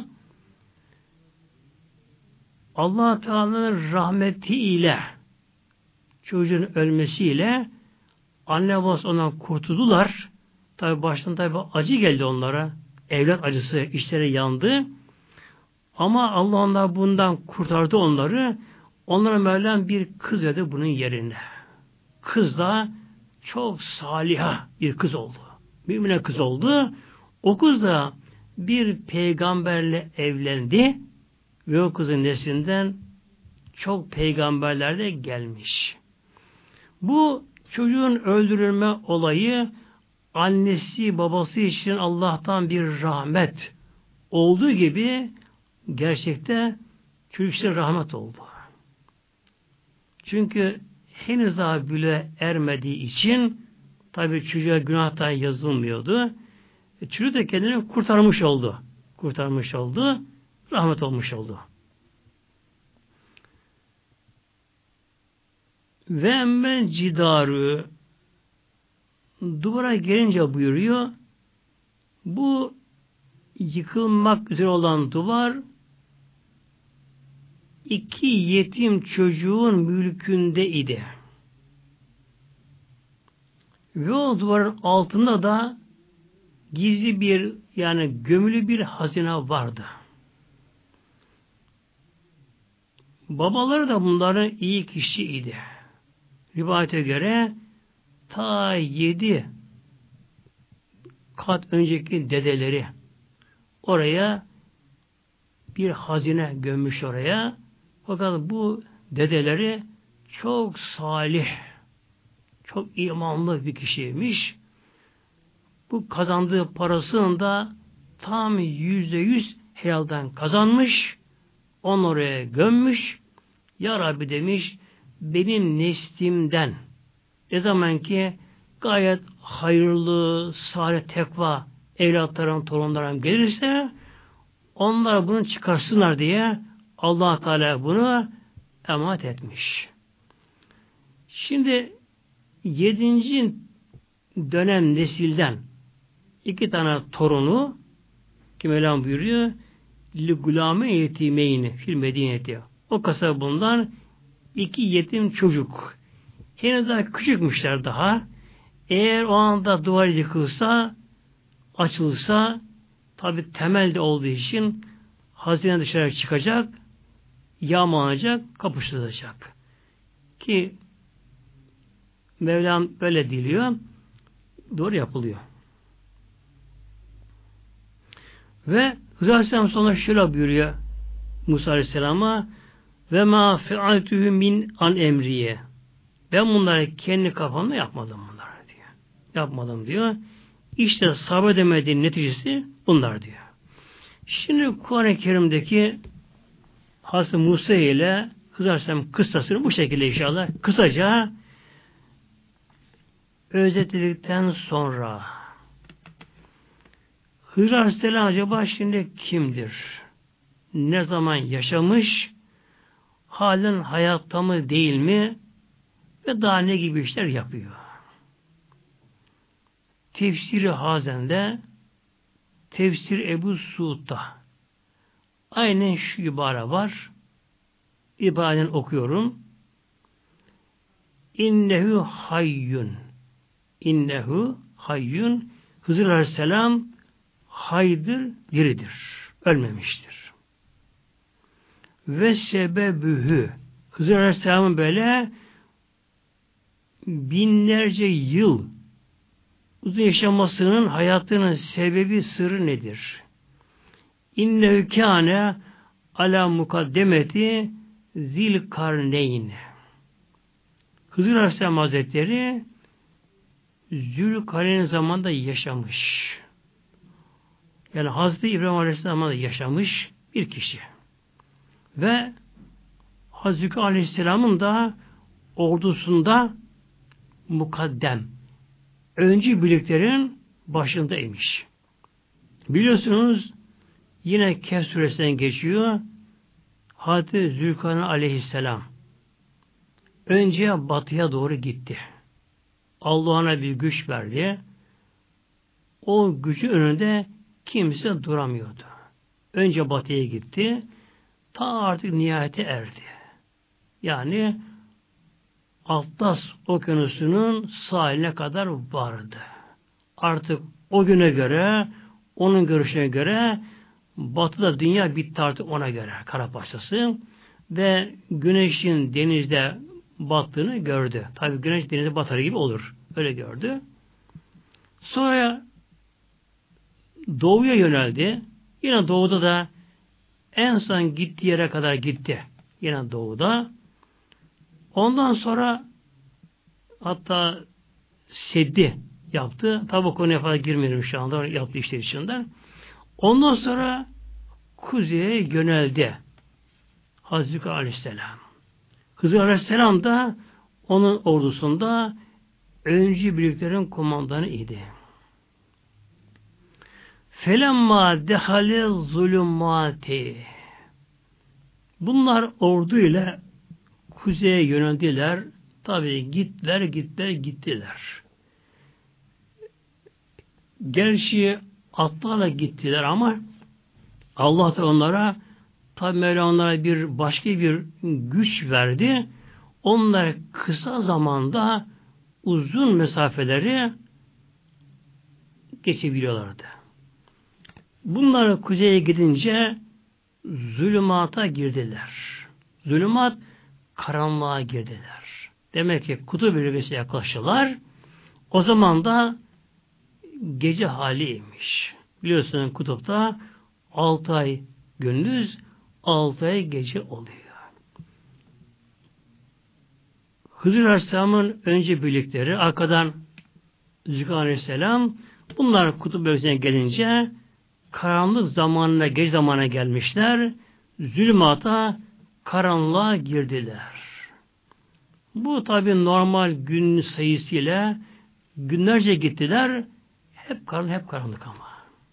Allah Teala'nın rahmetiyle çocuğun ölmesiyle anne babası ondan kurtuldular. Tabi baştan tabi acı geldi onlara. Evlat acısı içleri yandı. Ama Allah onlar bundan kurtardı onları. Onlara Mevlam bir kız verdi bunun yerine. Kız da çok saliha bir kız oldu. Mümine kız oldu. O kız da bir peygamberle evlendi ve o kızın neslinden çok peygamberler de gelmiş. Bu çocuğun öldürülme olayı annesi babası için Allah'tan bir rahmet olduğu gibi gerçekte çocuk için rahmet oldu. Çünkü henüz daha bile ermediği için tabi çocuğa günah da yazılmıyordu. E, çocuk da kendini kurtarmış oldu. Kurtarmış oldu. Rahmet olmuş oldu. Ve emmel cidarı duvara gelince buyuruyor bu yıkılmak üzere olan duvar iki yetim çocuğun mülkünde idi. Ve o duvarın altında da gizli bir yani gömülü bir hazine vardı. Babaları da bunların iyi kişiydi. Rivayete göre ta yedi kat önceki dedeleri oraya bir hazine gömmüş oraya. Fakat bu dedeleri çok salih, çok imanlı bir kişiymiş. Bu kazandığı parasını da tam yüzde yüz helalden kazanmış. Onu oraya gömmüş. Ya Rabbi demiş, benim neslimden ne zaman ki gayet hayırlı, salih, tekva evlatlarım, torunlarım gelirse onlar bunu çıkarsınlar diye Allah Teala bunu emanet etmiş. Şimdi yedinci dönem nesilden iki tane torunu ki Mevlam buyuruyor li gulame yetimeyni fil medineti. O kasaba bundan iki yetim çocuk. Henüz daha küçükmüşler daha. Eğer o anda duvar yıkılsa açılsa tabi temelde olduğu için hazine dışarı çıkacak, yağmalanacak, kapıştırılacak. Ki Mevlam böyle diliyor. Doğru yapılıyor. Ve Hızır Aleyhisselam sonra şöyle buyuruyor Musa Aleyhisselam'a ve ma fealtühü min an emriye. Ben bunları kendi kafamda yapmadım bunları diyor. Yapmadım diyor. İşte sabredemediğin neticesi bunlar diyor. Şimdi Kur'an-ı Kerim'deki Hazreti Musa ile Hızır Aleyhisselam kıssasını bu şekilde inşallah kısaca özetledikten sonra Hızır Aleyhisselam acaba şimdi kimdir? Ne zaman yaşamış? Halen hayatta mı değil mi? Ve daha ne gibi işler yapıyor? Tefsiri Hazen'de Tefsir Ebu Suud'da aynen şu ibare var. İbareden okuyorum. İnnehu hayyun. İnnehu hayyun. Hızır Aleyhisselam haydır, diridir. Ölmemiştir. Ve sebebühü. Hızır Aleyhisselam'ın böyle binlerce yıl uzun yaşamasının hayatının sebebi, sırrı nedir? İnnehu kâne ala mukaddemeti zil karneyn. Hızır Aleyhisselam Hazretleri Zülkarneyn zamanında yaşamış. Yani Hazreti İbrahim Aleyhisselam zamanında yaşamış bir kişi. Ve Hazreti Aleyhisselam'ın da ordusunda mukaddem, öncü birliklerin başındaymış. Biliyorsunuz yine Kehf suresinden geçiyor. Hazreti Zülkarneyn Aleyhisselam önce batıya doğru gitti. Allah ona bir güç verdi. O gücün önünde kimse duramıyordu. Önce batıya gitti. Ta artık nihayete erdi. Yani Atlas Okyanusu'nun sahiline kadar vardı. Artık o güne göre, onun görüşüne göre batıda dünya bitti artık ona göre, kara parçası. Ve güneşin denizde battığını gördü. Tabii güneş denizde batar gibi olur. Öyle gördü. Sonra doğuya yöneldi. Yine doğuda da en son gittiği yere kadar gitti. Yine doğuda. Ondan sonra hatta seddi yaptı. Tabi o konuya fazla girmiyorum şu anda. Yaptığı işler içinden. Ondan sonra kuzeye yöneldi. Hazreti Aleyhisselam. Hızır Aleyhisselam da onun ordusunda öncü birliklerin kumandanı idi. Felemma dehale zulümati. Bunlar orduyla kuzeye yöneldiler. Tabi gittiler, gittiler, gittiler. Gerçi atlarla gittiler ama Allah da onlara tabi Mevla onlara bir başka bir güç verdi. Onlar kısa zamanda uzun mesafeleri geçebiliyorlardı. Bunlar kuzeye gidince zulümata girdiler. Zulümat karanlığa girdiler. Demek ki kutup bölgesine yaklaştılar. O zaman da gece haliymiş. Biliyorsunuz kutupta altı ay gündüz, altı ay gece oluyor. Hızır Aleyhisselam'ın önce birlikleri, arkadan Zülkarneyn Aleyhisselam, bunlar kutup bölgesine gelince karanlık zamanına, gece zamana gelmişler. Zulümata, karanlığa girdiler. Bu tabi normal gün sayısıyla günlerce gittiler. Hep karanlık, hep karanlık ama.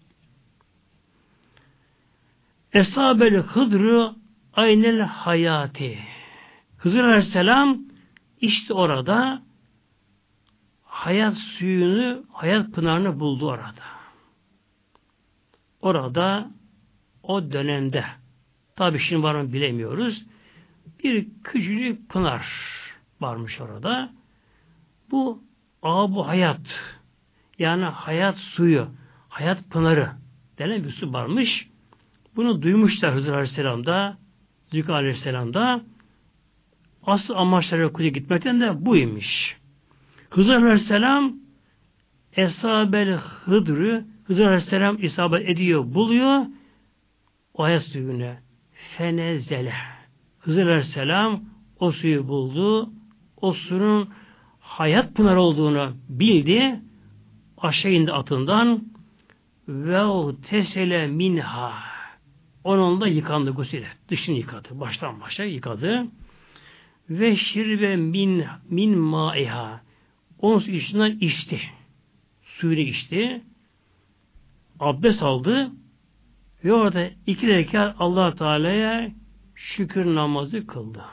Eshabel Hıdrı aynel hayati. Hızır Aleyhisselam işte orada hayat suyunu, hayat pınarını buldu orada. Orada o dönemde tabi şimdi var mı bilemiyoruz. Bir küçücük pınar varmış orada. Bu Âb-ı Hayat, yani hayat suyu, hayat pınarı denen bir su varmış. Bunu duymuşlar Hızır Aleyhisselam'da, Zülkarneyn Aleyhisselam'da. Asıl amaçları kuzeye gitmekten de buymuş. Hızır Aleyhisselam Eshab-el Hıdr'ı Hızır Aleyhisselam isabet ediyor, buluyor. O hayat suyunu fenezele. Hızır Aleyhisselam o suyu buldu. O suyun hayat pınar olduğunu bildi. Aşağı indi atından ve tesele minha. Onunla yıkandı gusül. Dışını yıkadı. Baştan başa yıkadı. Ve şirbe min min maiha. Onun suyundan içti. Suyunu içti. Abdest aldı. Ve orada iki rekat Allah Teala'ya şükür namazı kıldı.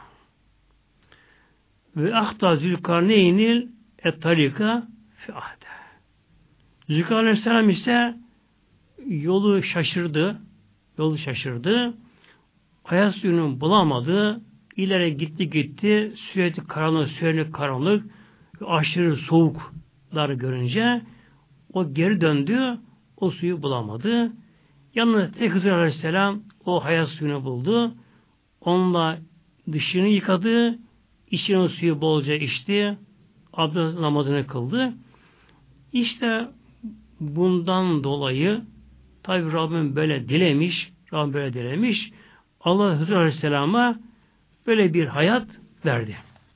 Ve ahta Zülkarneynil et-tarika fi ahde. Zülkarneyn Aleyhisselam ise yolu şaşırdı. Yolu şaşırdı. Hayat suyunu bulamadı. İleri gitti gitti. Sürekli karanlık, sürekli karanlık. Aşırı soğuklar görünce o geri döndü. O suyu bulamadı. Yanına tek Hızır Aleyhisselam o hayat suyunu buldu. Onunla dışını yıkadı. İçine suyu bolca içti. Abdest namazını kıldı. İşte bundan dolayı tabi Rabbim böyle dilemiş. Rabbim böyle dilemiş. Allah Hızır Aleyhisselam'a böyle bir hayat verdi.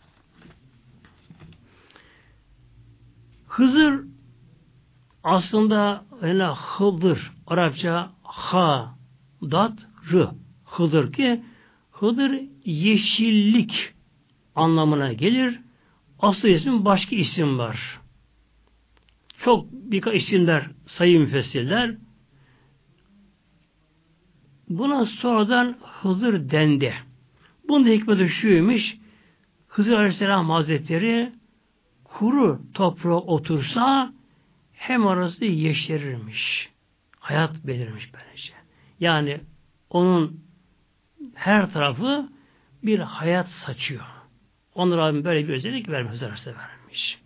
Hızır aslında öyle Hıdır, Arapça ha, dat, rı. Hıdır ki Hıdır yeşillik anlamına gelir. Asıl ismin başka isim var. Çok birkaç isimler sayı müfessirler. Buna sonradan Hızır dendi. Bunun da hikmeti şuymuş. Hızır Aleyhisselam Hazretleri kuru toprağa otursa hem arası yeşerirmiş. Hayat belirmiş böylece. Yani onun her tarafı bir hayat saçıyor. Ona Rabbim böyle bir özellik vermiş. Hızır Aleyhisselam vermiş.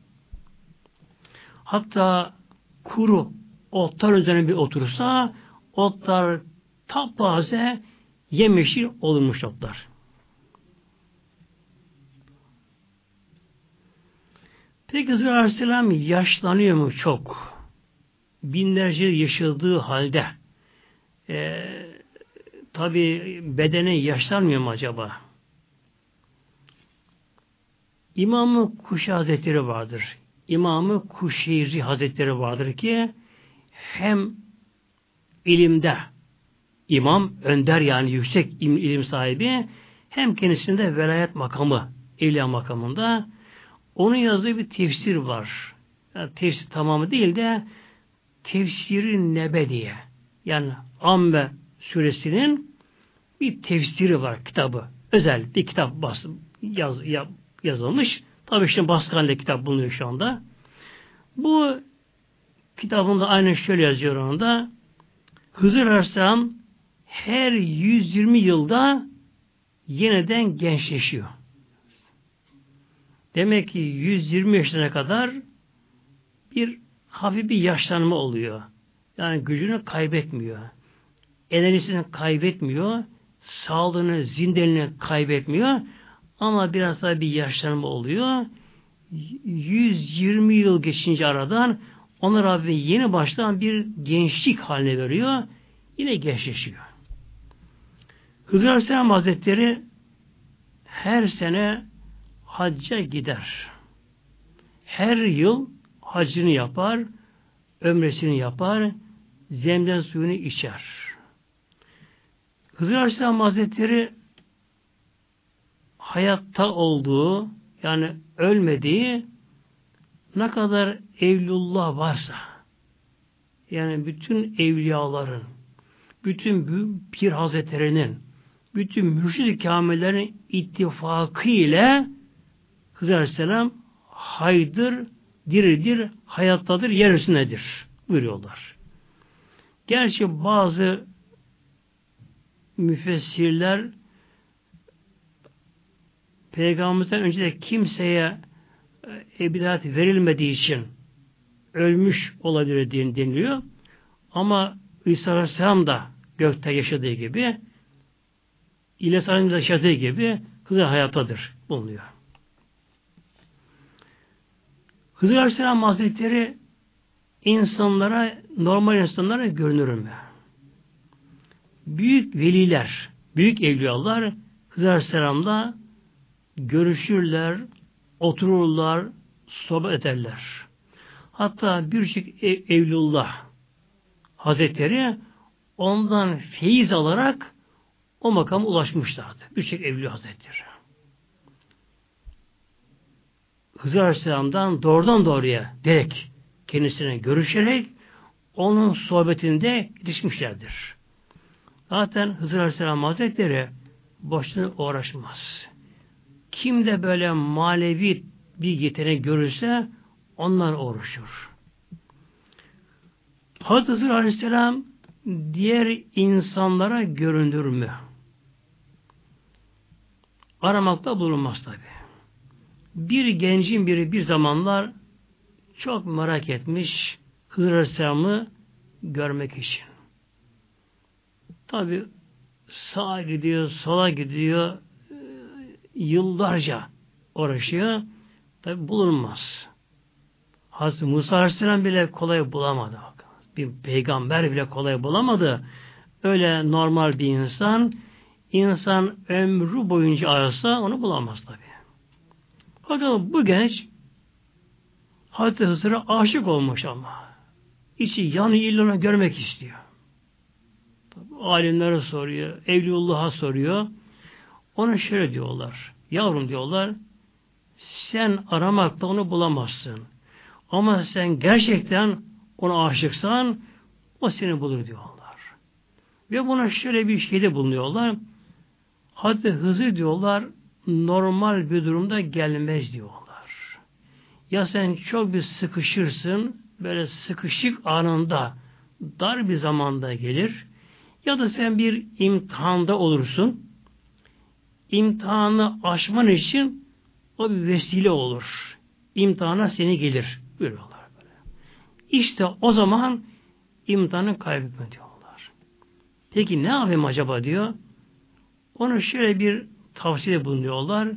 Hatta kuru otlar üzerine bir otursa otlar taptaze yemyeşil olmuş otlar. Peki Hızır Aleyhisselam yaşlanıyor mu çok? Binlerce yaşadığı halde e, tabi bedeni yaşlanmıyor mu acaba? İmam-ı Kuşi Hazretleri vardır. İmam-ı Kuşeyri Hazretleri vardır ki hem ilimde imam, önder yani yüksek ilim sahibi hem kendisinde velayet makamı, evliya makamında onun yazdığı bir tefsir var. Yani tefsir tamamı değil de Tefsir-i Nebe diye. Yani Amme suresinin bir tefsiri var kitabı. Özel bir kitap bas, yaz, yazılmış. Tabii işte baskı halinde kitap bulunuyor şu anda. Bu kitabında aynen şöyle yazıyor onda. Hızır Aleyhisselam her yüz yirmi yılda yeniden gençleşiyor. Demek ki yüz yirmi yaşına kadar bir hafif bir yaşlanma oluyor. Yani gücünü kaybetmiyor. Enerjisini kaybetmiyor. Sağlığını, zindeliğini kaybetmiyor. Ama biraz daha bir yaşlanma oluyor. yüz yirmi yıl geçince aradan ona Rabbim yeni baştan bir gençlik haline veriyor. Yine gençleşiyor. Hızır Aleyhisselam Hazretleri her sene hacca gider. Her yıl hacını yapar, ömresini yapar, zemzem suyunu içer. Hızır Aleyhisselam Hazretleri hayatta olduğu, yani ölmediği ne kadar evlullah varsa, yani bütün evliyaların, bütün pir hazretlerinin, bütün mürşid-i kâmillerin ittifakı ile Hızır Aleyhisselam haydır, diridir, hayattadır, yeryüzündedir buyuruyorlar. Gerçi bazı müfessirler Peygamberimizden önce de kimseye ebidat verilmediği için ölmüş olabilir deniliyor. Ama İsa Aleyhisselam da gökte yaşadığı gibi İlyas Aleyhisselam yaşadığı gibi Hızır hayattadır bulunuyor. Hızır Aleyhisselam Hazretleri insanlara, normal insanlara görünür mü? Büyük veliler, büyük evliyalar Hızır Aleyhisselam'la görüşürler, otururlar, sohbet ederler. Hatta birçok ev, Evliullah Hazretleri ondan feyiz alarak o makama ulaşmışlardı. Birçok Evliya Hazretleri. Hızır Aleyhisselam'dan doğrudan doğruya direkt kendisine görüşerek onun sohbetinde yetişmişlerdir. Zaten Hızır Aleyhisselam Hazretleri boşuna uğraşmaz. Kim de böyle manevi bir yetenek görürse ondan uğraşır. Hazreti Hızır Aleyhisselam diğer insanlara görünür mü? Aramakta bulunmaz tabi. Bir gencin biri bir zamanlar çok merak etmiş Hızır Aleyhisselam'ı görmek için. Tabi sağa gidiyor, sola gidiyor, yıllarca uğraşıyor. Tabi bulunmaz. Hazreti Musa Aleyhisselam bile kolay bulamadı. Bir peygamber bile kolay bulamadı. Öyle normal bir insan, insan ömrü boyunca arasa onu bulamaz tabi. Fakat bu genç Hazreti Hızır'a aşık olmuş ama. İçi yanı illa görmek istiyor. Tabii, alimlere soruyor, Evliyullah'a soruyor. Ona şöyle diyorlar. Yavrum diyorlar, sen aramakta onu bulamazsın. Ama sen gerçekten ona aşıksan o seni bulur diyorlar. Ve buna şöyle bir şeyde bulunuyorlar. Hazreti Hızır diyorlar normal bir durumda gelmez diyorlar. Ya sen çok bir sıkışırsın, böyle sıkışık anında dar bir zamanda gelir ya da sen bir imtihanda olursun. İmtihanı aşman için o bir vesile olur. İmtihana seni gelir. Buyuruyorlar böyle. İşte o zaman imtihanı kaybetme diyorlar. Peki ne yapayım acaba diyor. Onu şöyle bir tavsiye bulunuyorlar.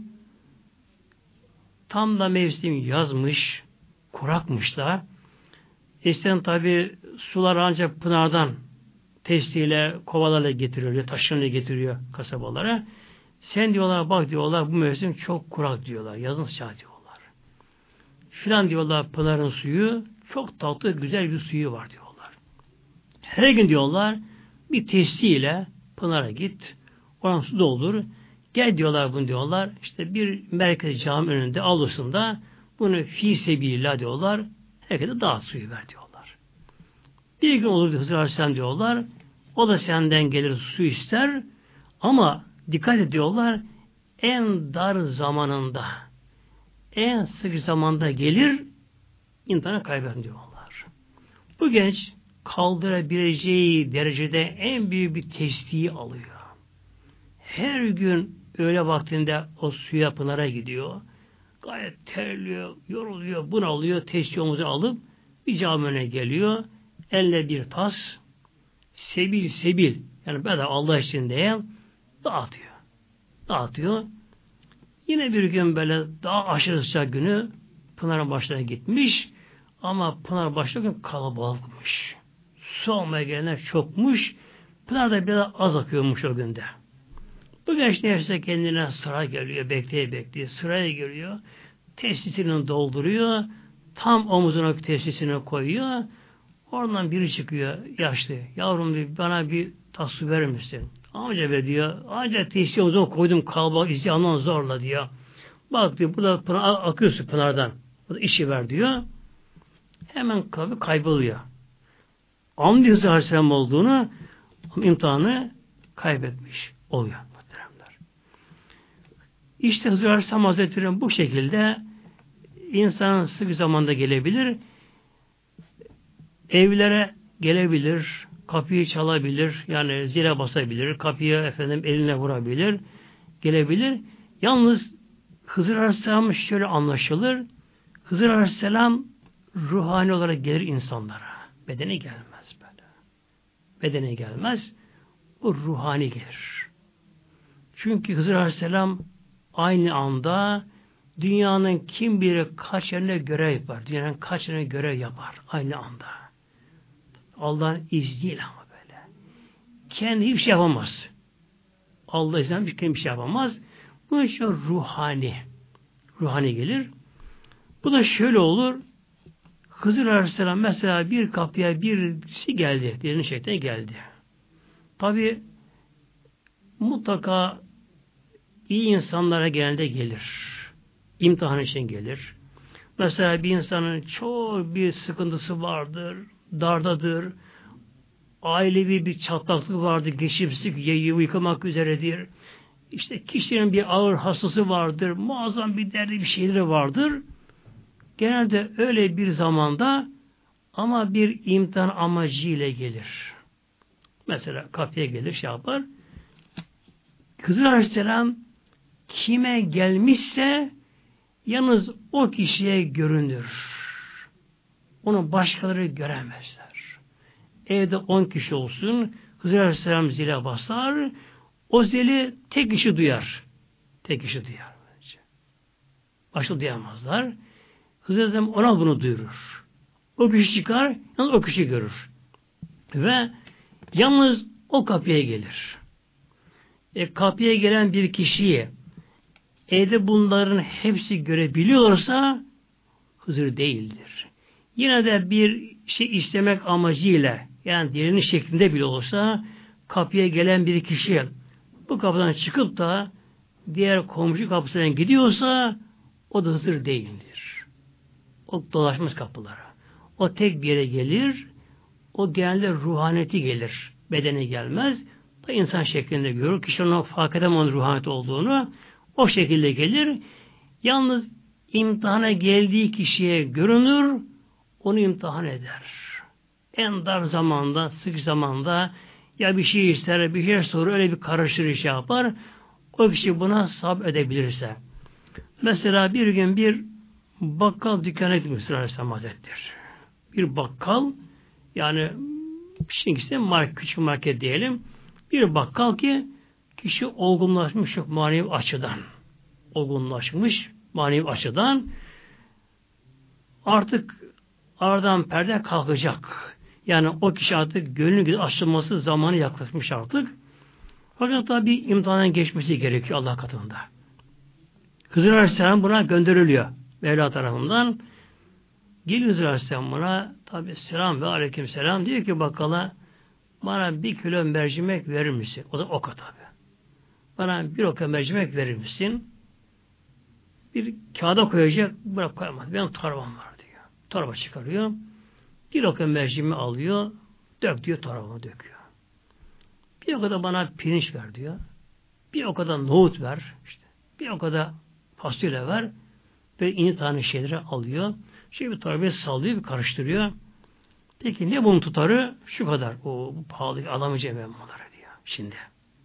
Tam da mevsim yazmış, kurakmışlar. Eskiden tabi sular ancak pınardan testiyle, kovalarla getiriyor, taşlarla getiriyor kasabalara. Sen diyorlar, bak diyorlar, bu mevsim çok kurak diyorlar, yazın sıcak diyorlar. Filan diyorlar, pınarın suyu çok tatlı, güzel bir suyu var diyorlar. Her gün diyorlar, bir testiyle pınara git, oradan su doldur. Gel diyorlar bunu diyorlar. İşte bir merkez cami önünde avlusunda bunu fi sebilillah diyorlar. Herkese dağıt suyu ver diyorlar. Bir gün olur Hızır Aleyhisselam diyorlar. O da senden gelir su ister ama dikkat ediyorlar en dar zamanında en sık zamanda gelir imtihanı kaybeder diyorlar. Bu genç kaldırabileceği derecede en büyük bir testiyi alıyor. Her gün öğle vaktinde o suya pınara gidiyor. Gayet terliyor, yoruluyor, bunalıyor. Testi omuza alıp bir cami önüne geliyor. Elle bir tas sebil sebil yani bedava Allah için diye dağıtıyor. Dağıtıyor. Yine bir gün böyle daha aşırı sıcak günü pınarın başına gitmiş ama pınar başına kalabalıkmış. Su almaya gelenler çokmuş. Pınar da biraz az akıyormuş o günde. Bu genç neyse kendine sıra geliyor, bekleye bekleye sıraya giriyor. Testisini dolduruyor. Tam omuzuna testisini koyuyor. Oradan biri çıkıyor yaşlı. Yavrum diyor, bana bir tas su verir misin? Amca be diyor. Ancak testisini omuzuna koydum kalabalık isyandan zorla diyor. Bak diyor burada pınar, akıyorsun pınardan. Burada işi ver diyor. Hemen kabı kayboluyor. Amca Hızır Aleyhisselam olduğunu imtihanı kaybetmiş oluyor. İşte Hızır Aleyhisselam Hazretleri bu şekilde insanın sık bir zamanda gelebilir, evlere gelebilir, kapıyı çalabilir, yani zile basabilir, kapıyı efendim eline vurabilir, gelebilir. Yalnız Hızır Aleyhisselam şöyle anlaşılır, Hızır Aleyhisselam ruhani olarak gelir insanlara. Bedene gelmez böyle. Bedene gelmez, o ruhani gelir. Çünkü Hızır Aleyhisselam aynı anda Dünyanın kim bilir kaç yerine görev yapar. Dünyanın kaç yerine görev yapar. Aynı anda. Allah'ın izniyle ama böyle. Kendi hiçbir şey yapamaz. Allah izniyle bir şey yapamaz. Bu işte ruhani. Ruhani gelir. Bu da şöyle olur. Hızır Aleyhisselam mesela bir kapıya birisi geldi. Birinin şeytan geldi. Tabi mutlaka iyi insanlara genelde gelir. İmtihan için gelir. Mesela bir insanın çok bir sıkıntısı vardır, dardadır, ailevi bir çatlaklık vardır, geçimsizlik yıkılmak üzeredir. İşte kişinin bir ağır hastası vardır, muazzam bir derdi bir şeyleri vardır. Genelde öyle bir zamanda ama bir imtihan amacıyla gelir. Mesela kapıya gelir, şey yapar. Hızır Aleyhisselam kime gelmişse yalnız o kişiye görünür. Onu başkaları göremezler. Evde on kişi olsun, Hızır Aleyhisselam zile basar, o zili tek kişi duyar. Tek kişi duyar. Başka duyamazlar. Hızır Aleyhisselam ona bunu duyurur. O kişi çıkar, yalnız o kişi görür. Ve yalnız o kapıya gelir. E, kapıya gelen bir kişiyi evde bunların hepsi görebiliyorsa Hızır değildir. Yine de bir şey istemek amacıyla yani diğerinin şeklinde bile olsa kapıya gelen bir kişi bu kapıdan çıkıp da diğer komşu kapısına gidiyorsa o da Hızır değildir. O dolaşmış kapılara. O tek bir yere gelir, o genelde ruhaniyeti gelir. Bedene gelmez. Da insan şeklinde görür. Kişi ona fark edemez ruhaniyet olduğunu. O şekilde gelir. Yalnız imtihana geldiği kişiye görünür, onu imtihan eder. En dar zamanda, sık zamanda ya bir şey ister, bir şey sorar, öyle bir karıştırır şey yapar. O kişi buna sabredebilirse. Mesela bir gün bir bakkal dükkanına gitmiş Aleyhisselam Hazretleri. Bir bakkal, yani şimdiki market, küçük market diyelim. Bir bakkal ki kişi olgunlaşmış çok manevi açıdan. Olgunlaşmış manevi açıdan. Artık aradan perde kalkacak. Yani o kişi artık gönlünün açılması zamanı yaklaşmış artık. Fakat tabi imtihandan geçmesi gerekiyor Allah katında. Hızır Aleyhisselam buna gönderiliyor. Mevla tarafından. Geliyor Hızır Aleyhisselam buna. Tabi selam ve aleyküm selam. Diyor ki bakkala bana bir kilo mercimek verir misin? O da oka tabi. Bana bir oka mercimek verir misin? Bir kağıda koyacak. Bırak koyamaz. Benim torbam var diyor. Torba çıkarıyor. Bir oka mercimeği alıyor. Dök diyor torbama döküyor. Bir o kadar bana pirinç ver diyor. Bir o kadar nohut ver. İşte. Bir o kadar fasulye ver. Ve ini tane şeyleri alıyor. Şey bir torbayı sallıyor, bir karıştırıyor. Peki ne bunun tutarı? Şu kadar. O pahalı alamayacağım ben bunları diyor. Şimdi.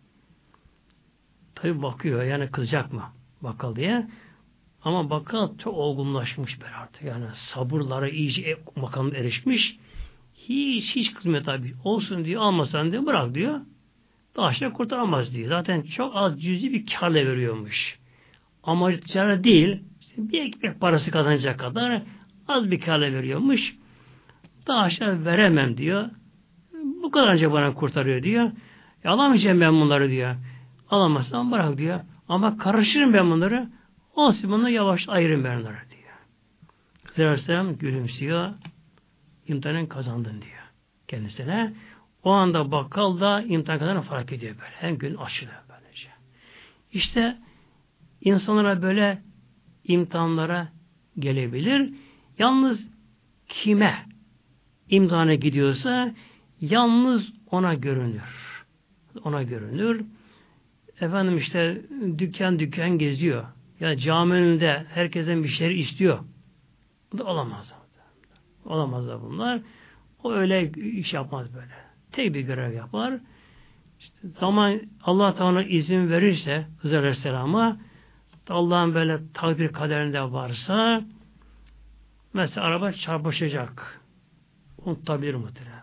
Tabi bakıyor yani kızacak mı bakkal diye. Ama bakkal çok olgunlaşmış ben artık. Yani sabırlara iyice makamına erişmiş. Hiç hiç kızmıyor tabi. Olsun diyor, almasan diyor, bırak diyor. Daha şey kurtaramaz diyor. Zaten çok az cüzi bir kârla veriyormuş. Amacı ticaret değil. İşte bir ekmek parası kazanacak kadar az bir kârla veriyormuş. Daha aşağı veremem diyor. Bu kadar önce bana kurtarıyor diyor. E, alamayacağım ben bunları diyor. Alamazsam bırak diyor. Ama karışırım ben bunları. Olsun bunları yavaş ayırın ben onları diyor. Hızır Aleyhisselam gülümsüyor. İmtihanın kazandın diyor kendisine. O anda bakkal da imtihan kazanı fark ediyor böyle. Hem gün açılıyor böylece. İşte insanlara böyle imtihanlara gelebilir. Yalnız kime imtihana gidiyorsa yalnız ona görünür. Ona görünür. Efendim işte dükkan dükkan geziyor. Ya cami önünde herkesten bir şeyler istiyor. Bu da olamaz. Olamazlar bunlar. O öyle iş yapmaz böyle. Tek bir görev yapar. İşte zaman Allah Teala izin verirse Hızır Aleyhisselam'a Allah'ın böyle takdir kaderinde varsa mesela araba çarpışacak. Unutabilir muhteremler.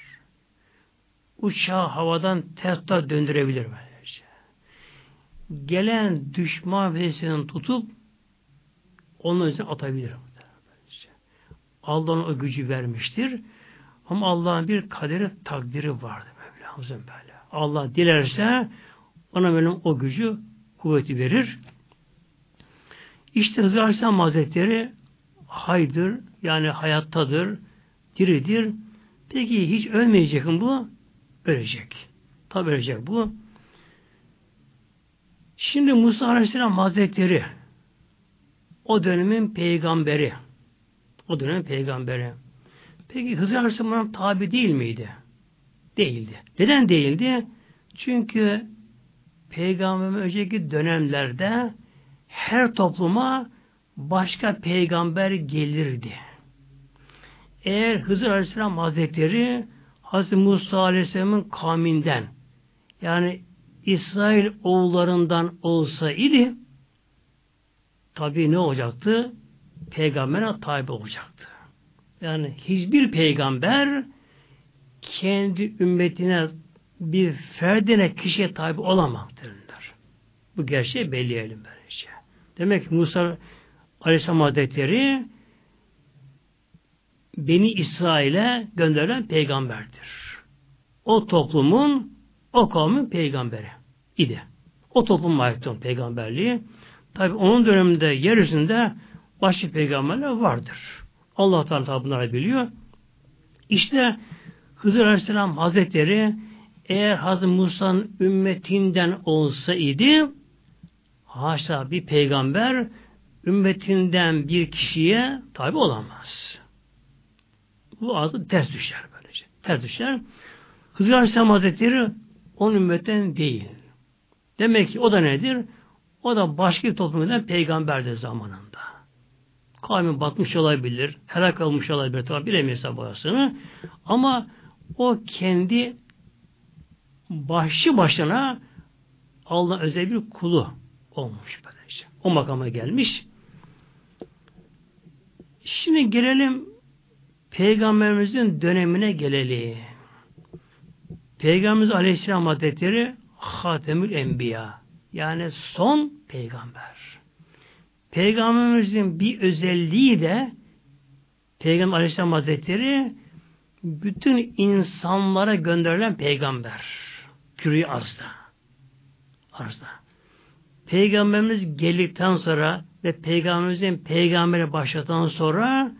Uçağı havadan ters döndürebilir böylece. Gelen düşman vezesini tutup onun üzerine atabilir. Allah ona o gücü vermiştir. Ama Allah'ın bir kaderi, takdiri vardır Mevlamızın böyle. Allah dilerse ona böyle o gücü, kuvveti verir. İşte Hızır Aleyhisselam Hazretleri haydır, yani hayattadır, diridir. Peki hiç ölmeyecek mi bu? Ölecek. Tabi ölecek bu. Şimdi Musa Aleyhisselam Hazretleri o dönemin peygamberi. O dönemin peygamberi. Peki Hızır Aleyhisselam'a tabi değil miydi? Değildi. Neden değildi? Çünkü peygamberin önceki dönemlerde her topluma başka peygamber gelirdi. Eğer Hızır Aleyhisselam Hazretleri Hazreti Musa Aleyhisselam'ın kavminden, yani İsrail oğullarından olsaydı, tabi ne olacaktı? Peygambere tabi olacaktı. Yani hiçbir peygamber kendi ümmetine, bir ferdine, kişiye tabi olamaktırlar. Bu gerçeği belirleyelim böylece. Demek ki Musa Aleyhisselam Hazretleri Beni İsrail'e gönderilen peygamberdir. O toplumun, o kavmin peygamberi idi. O toplum ait olan peygamberliği. Tabi onun döneminde yeryüzünde başka peygamberler vardır. Allah Teala bunları biliyor. İşte Hızır Aleyhisselam Hazretleri eğer Hazreti Musa'nın ümmetinden olsaydı, haşa bir peygamber ümmetinden bir kişiye tabi olamaz. Bu adı ters düşer böylece. Ters düşer. Hızır Aleyhisselam Hazretleri onun ümmetten değil. Demek ki o da nedir? O da başka bir toplumdan peygamberdir zamanında. Kavmin batmış olabilir, helak olmuş olabilir, tabi bilemeyiz burasını. Ama o kendi başlı başına Allah'ın özel bir kulu olmuş böylece. O makama gelmiş. Şimdi gelelim Peygamberimizin dönemine gelelim. Peygamberimiz Aleyhisselam Hazretleri Hatemül Enbiya, yani son peygamber. Peygamberimizin bir özelliği de Peygamber Aleyhisselam Hazretleri bütün insanlara gönderilen peygamber. Kürü arzda. Arzda. Peygamberimiz geldikten sonra ve Peygamberimizin peygamberi başladıktan sonra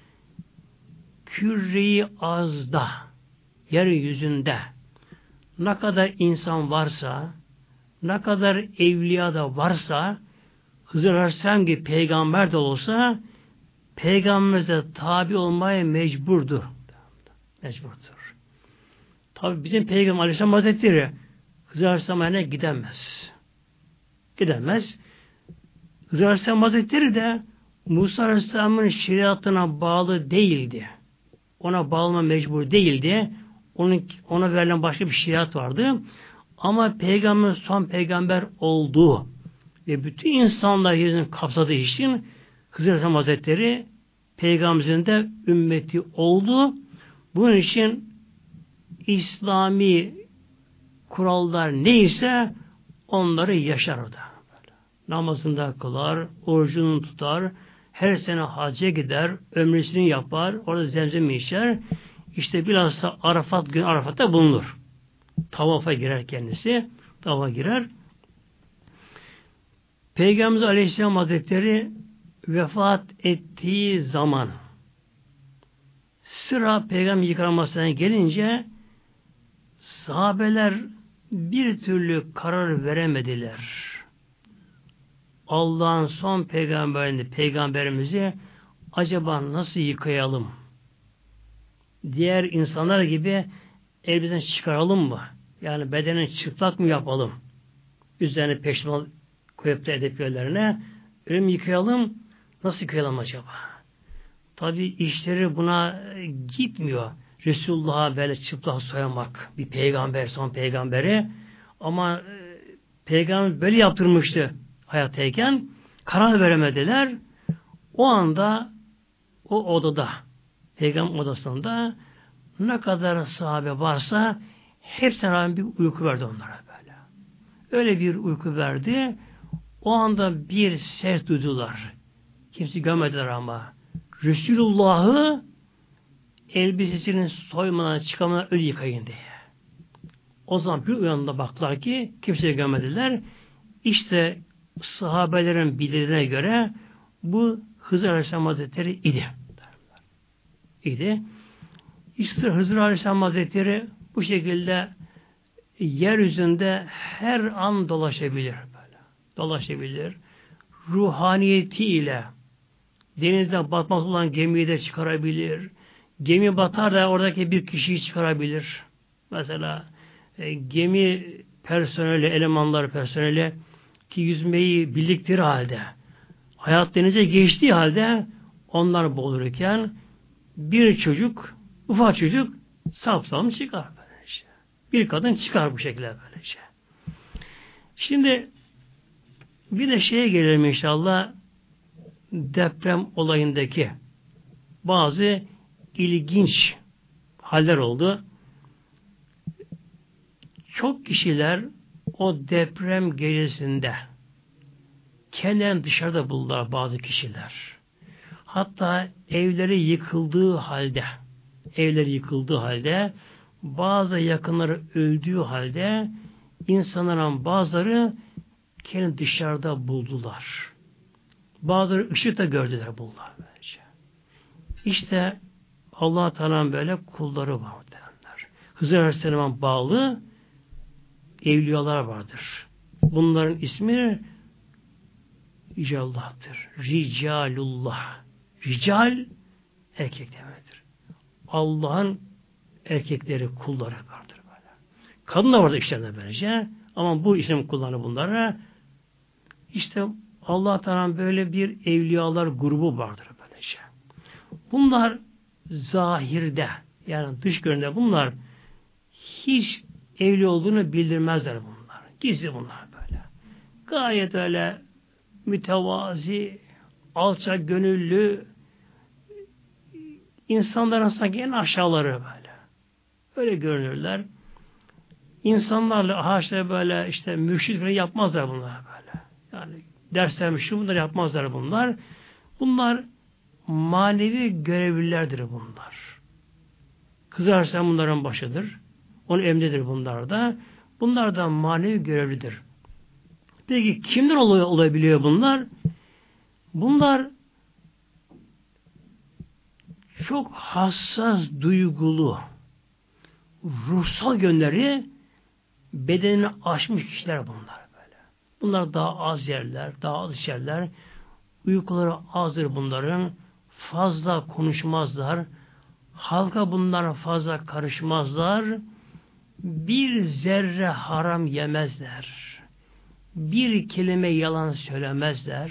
Kürre-i arzda, yeryüzünde ne kadar insan varsa, ne kadar evliya da varsa, Hızır Aleyhisselam gibi peygamber de olsa peygamberimize tabi olmaya mecburdur. Mecburdur. Tabi bizim Peygamber Aleyhisselam Hazretleri Hızır Aleyhisselam'a gidemez. Gidemez. Hızır Aleyhisselam Hazretleri de Musa Aleyhisselam'ın şeriatına bağlı değildi. Ona bağlama mecbur değildi. Onun, ona verilen başka bir şeriat vardı. Ama Peygamber son peygamber olduğu ve bütün insanlar yerini kapsadığı için Hızır Aleyhisselam Hazretleri Peygamberimizin de ümmeti oldu. Bunun için İslami kurallar neyse onları yaşar o da. Namazında kılar, orucunu tutar, her sene hacca gider, ömrüsünü yapar, orada zemzem içer. İşte bilhassa Arafat günü Arafat'ta bulunur. Tavafa girer kendisi. Tavafa girer. Peygamberimiz Aleyhisselam Hazretleri vefat ettiği zaman sıra Peygamber yıkanmasına gelince sahabeler bir türlü karar veremediler. Allah'ın son peygamberini, peygamberimizi acaba nasıl yıkayalım? Diğer insanlar gibi elimizden çıkaralım mı? Yani bedeni çıplak mı yapalım? Üzerine peştemal koyup da edep yerlerine öyle mi yıkayalım? Nasıl yıkayalım acaba? Tabi işleri buna gitmiyor. Resulullah'a böyle çıplak soyamak bir peygamber, son peygamberi. Ama e, peygamber böyle yaptırmıştı hayattayken. Karar veremediler. O anda o odada, peygamber odasında ne kadar sahabe varsa hepsine rağmen bir uyku verdi onlara böyle. Öyle bir uyku verdi. O anda bir ses duydular. Kimse görmediler ama. Resulullah'ı elbisesinin soymadan çıkamadan ölü yıkayın diye. O zaman bir uyanında baktılar ki kimseyi görmediler. İşte sahabelerin bildiğine göre bu Hızır Aleyhisselam Hazretleri idi. İdi. İşte Hızır Aleyhisselam Hazretleri bu şekilde yeryüzünde her an dolaşabilir. Böyle. Dolaşabilir. Ruhaniyetiyle denizde batmaz olan gemiyi de çıkarabilir. Gemi batar da oradaki bir kişiyi çıkarabilir. Mesela e, gemi personeli, elemanlar personeli ki yüzmeyi bildikleri halde, hayat denize geçtiği halde onlar boğulurken bir çocuk, ufak çocuk sapsam çıkar böylece. Bir kadın çıkar bu şekilde böylece. Şimdi bir de şeye gelelim inşallah, deprem olayındaki bazı ilginç haller oldu. Çok kişiler o deprem gecesinde kendilerini dışarıda buldular bazı kişiler. Hatta evleri yıkıldığı halde evleri yıkıldığı halde bazı yakınları öldüğü halde insanların bazıları kendini dışarıda buldular. Bazıları ışıkta gördüler, buldular böylece. İşte Allah Teala'nın böyle kulları var derler. Hızır Aleyhisselam'a bağlı evliyalar vardır. Bunların ismi Ricallah'tır. Ricalullah. Rical erkek demektir. Allah'ın erkekleri, kulları vardır böyle. Kadın da vardır işlerinde böylece. Ama bu isim kullanı bunlara. İşte Allah Teala'nın böyle bir evliyalar grubu vardır böylece. Bunlar zahirde, yani dış görünüşte bunlar hiç evli olduğunu bildirmezler bunlar. Gizli bunlar böyle. Gayet öyle mütevazi, alçak gönüllü, insanların sanki en aşağıları böyle. Öyle görünürler. İnsanlarla ağaçlar böyle işte mürşid falan yapmazlar bunlar böyle. Yani dersler mürşid bunlar yapmazlar bunlar. Bunlar manevi görevlilerdir bunlar. Kızarsa bunların başıdır. Onun emridir bunlar da. Bunlar da manevi görevlidir. Peki kimden oluyor, olabiliyor bunlar? Bunlar çok hassas, duygulu, ruhsal yönleri bedenini aşmış kişiler bunlar böyle. Bunlar daha az yerler, daha az içerler. Uykuları azdır bunların. Fazla konuşmazlar. Halka bunlara fazla karışmazlar. Bir zerre haram yemezler. Bir kelime yalan söylemezler.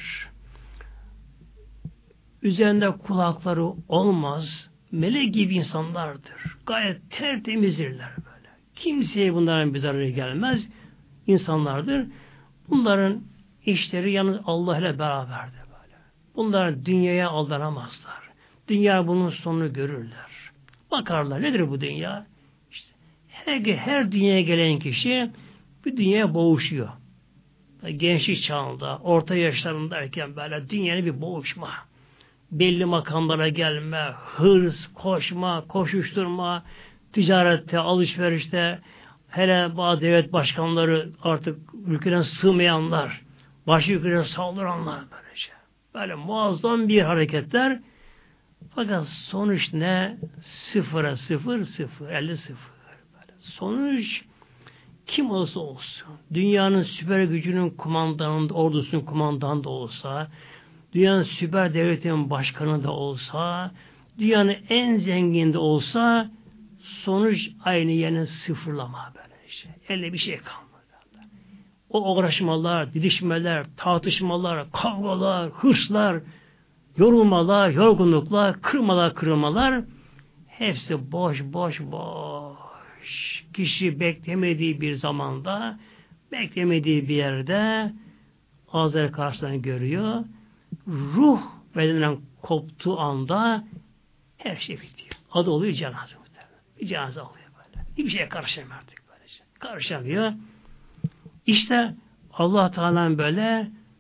Üzerinde kulakları olmaz. Melek gibi insanlardır. Gayet tertemizdirler böyle. Kimseye bunların bir zararı gelmez. İnsanlardır. Bunların işleri yalnız Allah ile beraberdir böyle. Bunlar dünyaya aldanamazlar. Dünya bunun sonunu görürler. Bakarlar. Nedir bu dünya? İşte her, her dünyaya gelen kişi bir dünyaya boğuşuyor. Gençlik çağında, orta yaşlarındayken böyle dünyanın bir boğuşma. Belli makamlara gelme, hırs, koşma, koşuşturma, ticarette, alışverişte, hele bazı devlet başkanları artık ülkeden sığmayanlar, başı ülkeden saldıranlar böylece. Böyle muazzam bir hareketler. Fakat sonuç ne? Sıfıra sıfır, sıfır, elli sıfır. Böyle. Sonuç kim olsa olsun, dünyanın süper gücünün kumandanı, ordusunun kumandanı da olsa, dünyanın süper devletinin başkanı da olsa, dünyanın en zengin de olsa, sonuç aynı, yani sıfırlama böyle işte. Elde bir şey kalmadı. O uğraşmalar, didişmeler, tartışmalar, kavgalar, hırslar, yorulmalar, yorgunluklar, kırmalar, kırılmalar, hepsi boş, boş, boş. Kişi beklemediği bir zamanda, beklemediği bir yerde ağızları karşısına görüyor. Ruh bedeninden koptuğu anda her şey bitiyor. Adı oluyor cenaze. Bir cenaze oluyor böyle. Hiçbir şeye karışamıyor artık böylece. Karışamıyor. İşte Allah Teala'nın böyle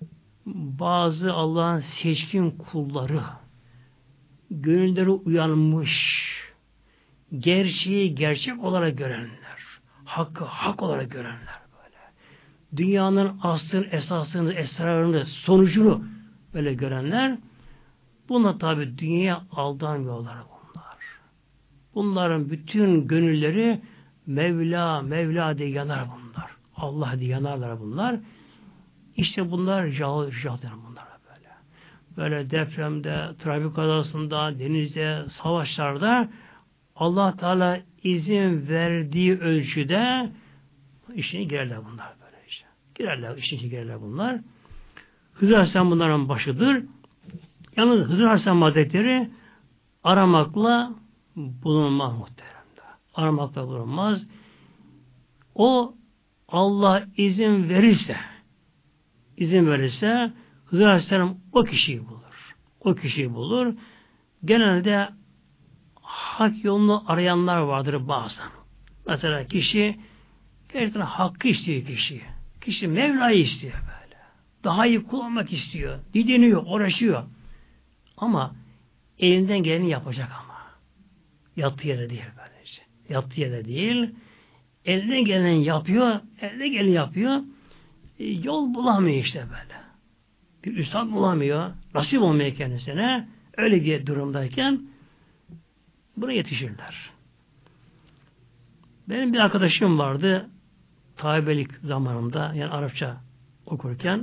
bazı Allah'ın seçkin kulları, gönülleri uyanmış, gerçeği gerçek olarak görenler, hakkı hak olarak görenler böyle. Dünyanın aslını, esasını, esrarını, sonucunu böyle görenler, bunlar tabi dünyaya aldanmıyorlar bunlar. Bunların bütün gönülleri Mevla, Mevla diye yanar bunlar. Allah diye yanarlar bunlar. İşte bunlar ricaldir bunlar böyle. Böyle depremde, trafik kazasında, denizde, savaşlarda Allah Teala izin verdiği ölçüde işine girerler bunlar böyle işte. Girerler, işine girerler bunlar. Hızır Aleyhisselam bunların başıdır. Yalnız Hızır Aleyhisselam Hazretleri aramakla bulunmaz muhteremde. Aramakla bulunmaz. O Allah izin verirse izin verirse Hızır Aleyhisselam o kişiyi bulur. O kişiyi bulur. Genelde hak yolunu arayanlar vardır bazen. Mesela kişi gerçekten hakkı istiyor kişi. Kişi Mevla'yı istiyor böyle. Daha iyi kullanmak istiyor. Didiniyor, uğraşıyor. Ama elinden geleni yapacak ama. Yattığı yere değil böylece. Yattığı yere değil. Elinden geleni yapıyor. Elinden geleni yapıyor. E, yol bulamıyor işte böyle. Bir üstad bulamıyor. Nasip olmuyor kendisine. Öyle bir durumdayken buna yetişirler. Benim bir arkadaşım vardı. Talebelik zamanımda yani Arapça okurken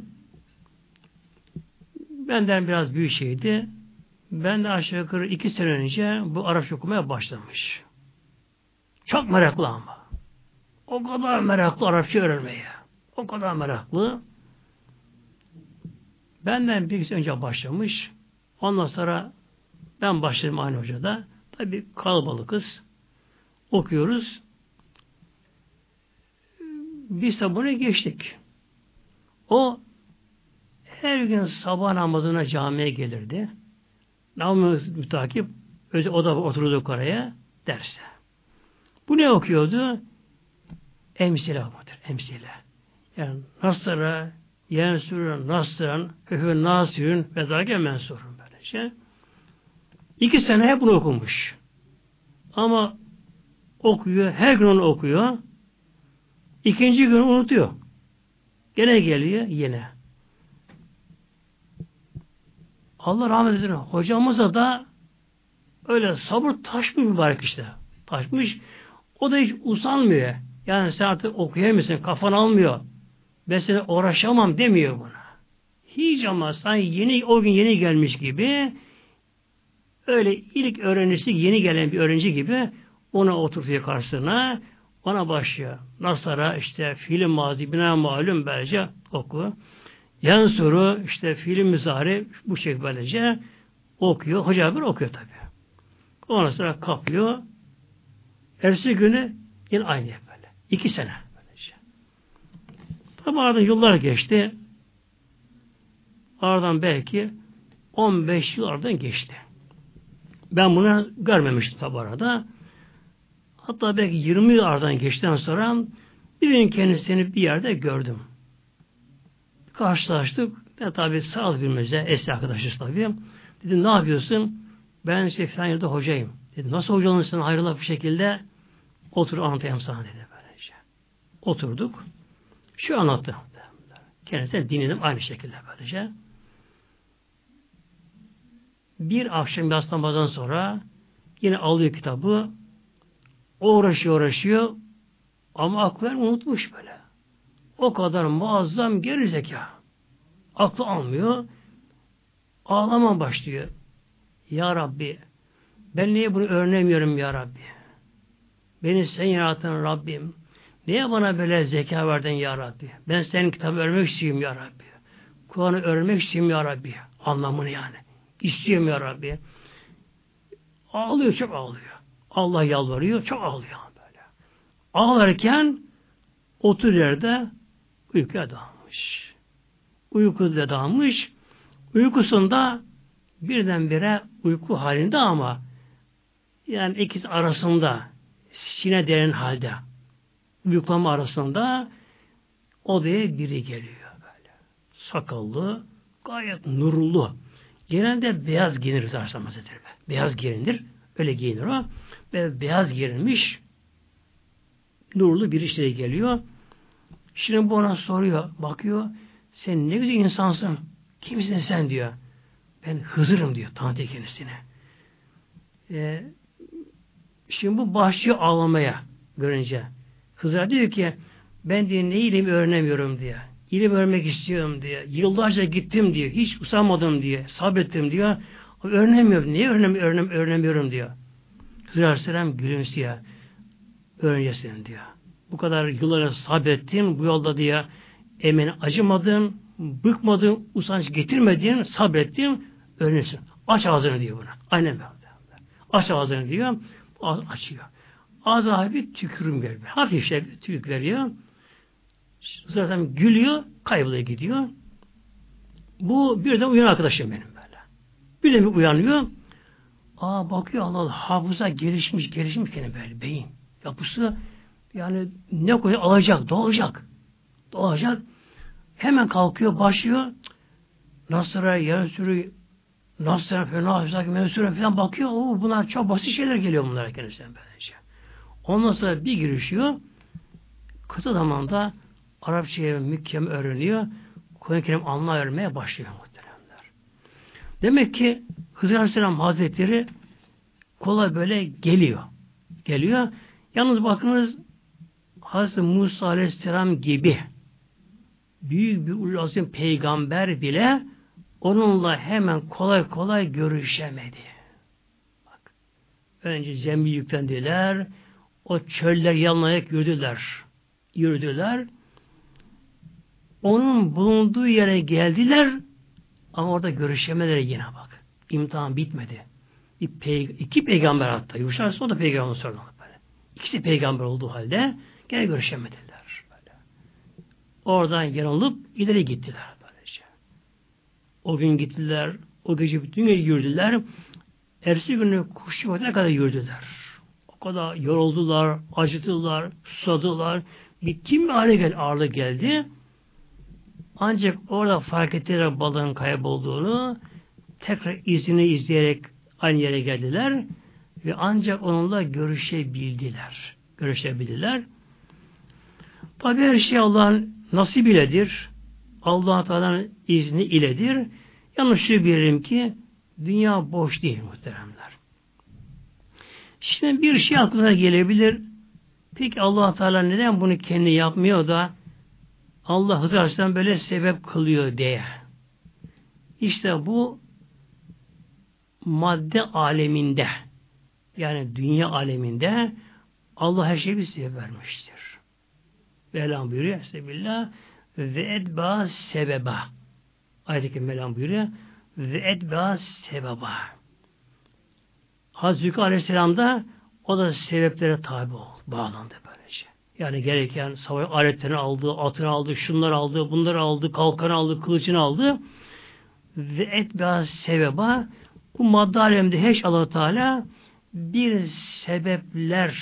benden biraz büyük şeydi. Ben de aşağı yukarı iki sene önce bu Arapça okumaya başlamış. Çok meraklı ama. O kadar meraklı Arapça öğrenmeye. O kadar meraklı. Benden bir sene önce başlamış. Ondan sonra ben başladım aynı hocada. Tabii kalabalıkız. Okuyoruz. Bir sabunu geçtik. O her gün sabah namazına camiye gelirdi. Namaz mütakip o da oturdu oraya derse. Bu ne okuyordu? Emsile okudur. Emsile. Yani Nasır'a, Yensur'un, Nasır'ın, Höhü Nasir'ün ve Zâge Mensur'un böylece. İki sene hep bunu okumuş. Ama okuyor, her gün onu okuyor. İkinci gün unutuyor. Gene geliyor, yine. Allah rahmet eylesin. Hocamıza da öyle sabır taşmış mübarek işte. Taşmış. O da hiç usanmıyor. Yani sen artık okuyamıyorsun, kafan almıyor. Ben sana uğraşamam demiyor buna. Hiç ama sanki yeni, o gün yeni gelmiş gibi öyle ilk öğrencisi yeni gelen bir öğrenci gibi ona oturtuyor karşısına. Ona başlıyor. Nasara işte fiil mazi bina malum böylece oku. Yan soru işte fiil müzari bu şekilde böylece okuyor. Hoca bir okuyor tabi. Ondan sonra kapıyor. Ertesi günü yine aynı böyle. İki sene böylece. Tabi aradan yıllar geçti. Aradan belki on beş yıl aradan geçti. Ben bunu görmemiştim tabi arada. Hatta belki yirmi yıl aradan geçtikten sonra bir gün kendisini bir yerde gördüm. Karşılaştık. Ben tabi sağ ol birbirimize. Eski arkadaşız tabi. Dedim ne yapıyorsun? Ben işte falan yerde hocayım. Dedim nasıl hoca olursun ayrılıp bir şekilde otur anlatayım sana dedi böylece. Oturduk. Şu anlattı. Kendisine dinledim aynı şekilde böylece. Bir akşam yaslanmadan sonra yine alıyor kitabı. Uğraşıyor uğraşıyor ama aklı unutmuş böyle. O kadar muazzam gerizeka. Aklı almıyor. Ağlama başlıyor. Ya Rabbi ben niye bunu öğrenemiyorum ya Rabbi? Beni sen yarattın Rabbim. Niye bana böyle zeka verdin ya Rabbi? Ben senin kitabı öğrenmek istiyorum ya Rabbi. Kur'an'ı öğrenmek istiyorum ya Rabbi. Anlamını yani. İstiyorum ya Rabbi. Ağlıyor, çok ağlıyor. Allah yalvarıyor, çok ağlıyor böyle. Ağlarken otur yerde uykuya dalmış. Uykuya dalmış. Uykusunda birdenbire uyku halinde ama yani ikisi arasında sine derin halde uyuklama arasında odaya biri geliyor böyle. Sakallı, Gayet nurlu. Genelde beyaz giyinir Rıza Aleyhisselam Hazretleri. Beyaz giyinir. Öyle giyinir o. Ve beyaz giyinmiş nurlu bir işte geliyor. Şimdi bu ona soruyor. Bakıyor. Sen ne güzel insansın. Kimsin sen diyor. Ben Hızır'ım diyor. Tanıtıyor kendisine. Ee, şimdi bu başlıyor ağlamaya görünce. Hızır diyor ki ben diyor ne ilim öğrenemiyorum diyor. İlim öğrenmek istiyorum diyor. Yıllarca gittim diyor. Hiç usanmadım diyor. Sabrettim diyor. Öğrenemiyorum. Niye öğrenem öğrenem öğrenemiyorum diyor. Hızır Aleyhisselam gülümsüyor. Öğreneceksin diyor. Bu kadar yıllara sabrettin. Bu yolda diyor emeğine acımadın. Bıkmadın. Usanç getirmedin. Sabrettin. Öğrenirsin. Aç ağzını diyor buna. Aynen böyle. Aç ağzını diyor. Açıyor. Ağzına bir tükürüm veriyor. Hafif şey bir tükürük veriyor. Zaten gülüyor. Kayboluyor gidiyor. Bu birden uyan arkadaşım benim böyle. Birden bir uyanıyor. Aa bakıyor Allah Allah. Hafıza gelişmiş. Gelişmiş gene böyle. Beyin. Yapısı yani ne koyuyor? Alacak. Doğacak. Doğacak. Hemen kalkıyor. Başlıyor. Nasır'a yarı sürü Nasır'a falan hafıza mevsura falan bakıyor. Oo, bunlar çok basit şeyler geliyor bunlara kendisinden böylece. Ondan sonra bir girişiyor. Kısa zamanda Arapçayı mükemmel öğreniyor. Kur'an-ı Kerim anlayıvermeye başlıyor muhteremler. Demek ki Hızır Aleyhisselam Hazretleri kolay böyle geliyor. Geliyor. Yalnız bakınız Hazreti Musa Aleyhisselam gibi büyük bir ulul azim peygamber bile onunla hemen kolay kolay görüşemedi. Bak, önce cembi yüklendiler. O çöller yanlayarak yürüdüler. Yürüdüler. Onun bulunduğu yere geldiler ama orada görüşemeler yine bak. İmtihan bitmedi. Bir pey iki peygamber hatta. Yuşarsa o da peygamber sordu. Böyle. İkisi peygamber olduğu halde gene görüşemediler. Böyle. Oradan yanılıp ileri gittiler. Böylece. O gün gittiler. O gece bütün gece yürüdüler. Ertesi günü kuş ne kadar yürüdüler. O kadar yoruldular, acıttılar, susadılar. Bitkin bir hale geldi, ağırlık geldi. Ancak orada fark ettiler balığın kaybolduğunu. Tekrar izini izleyerek aynı yere geldiler. Ve ancak onunla görüşebildiler. Görüşebildiler. Tabi her şey Allah'ın nasip iledir. Allah-u Teala'nın izni iledir. Yalnız şu bilelim ki dünya boş değil muhteremler. Şimdi bir şey aklına gelebilir. Peki Allah Teala neden bunu kendi yapmıyor da Allah Hızır Aleyhisselam böyle sebep kılıyor diye. İşte bu madde aleminde yani dünya aleminde Allah her şeyi bir sebep vermiştir. Mevlam buyuruyor Estağfirullah ve etba sebeba. Ayet-i Mevlam buyuruyor ve etba sebeba. Hazreti Aleyhisselam da o da sebeplere tabi oldu. Bağlandı böylece. Yani gereken savaş aletlerini aldı, atını aldı, şunları aldı, bunları aldı, kalkanı aldı, kılıcını aldı. Ve etba sebeba bu madde alemde heş Allah Teala bir sebepler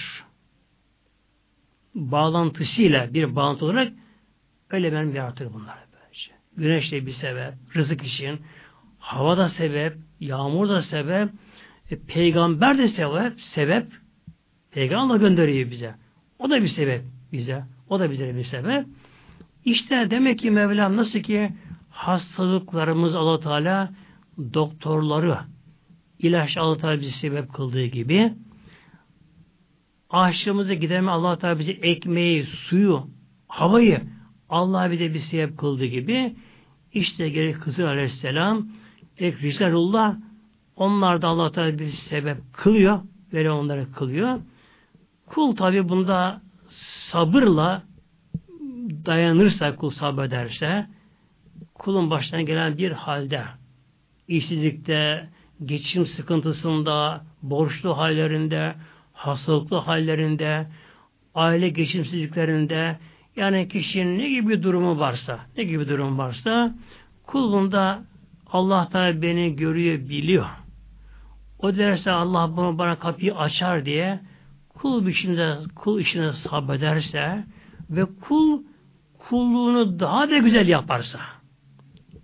bağlantısıyla bir bağlantı olarak öyle ben yaratır bunları böylece. Güneş de bir sebep, rızık için, hava da sebep, yağmur da sebep, e, peygamber de sebep, sebep, peygamber gönderiyor bize. O da bir sebep bize. O da bize bir sebep. İşte demek ki Mevlam nasıl ki hastalıklarımız Allah Teala doktorları ilaç Allah Teala bizi sebep kıldığı gibi açlığımızı giderme Allah Teala bize ekmeği, suyu, havayı Allah bize bir sebep kıldığı gibi işte gerek Hızır Aleyhisselam gerek Risalullah onlar da Allah Teala bir sebep kılıyor. Böyle onları kılıyor. Kul tabi bunda sabırla dayanırsa, kul sabrederse kulun başına gelen bir halde işsizlikte, geçim sıkıntısında, borçlu hallerinde, hastalıklı hallerinde, aile geçimsizliklerinde yani kişinin ne gibi durumu varsa, ne gibi durum varsa kulunda Allah Teala beni görüyor, biliyor. O derse Allah bunu bana kapıyı açar diye kul işinde, kul işine sabrederse ve kul kulluğunu daha da güzel yaparsa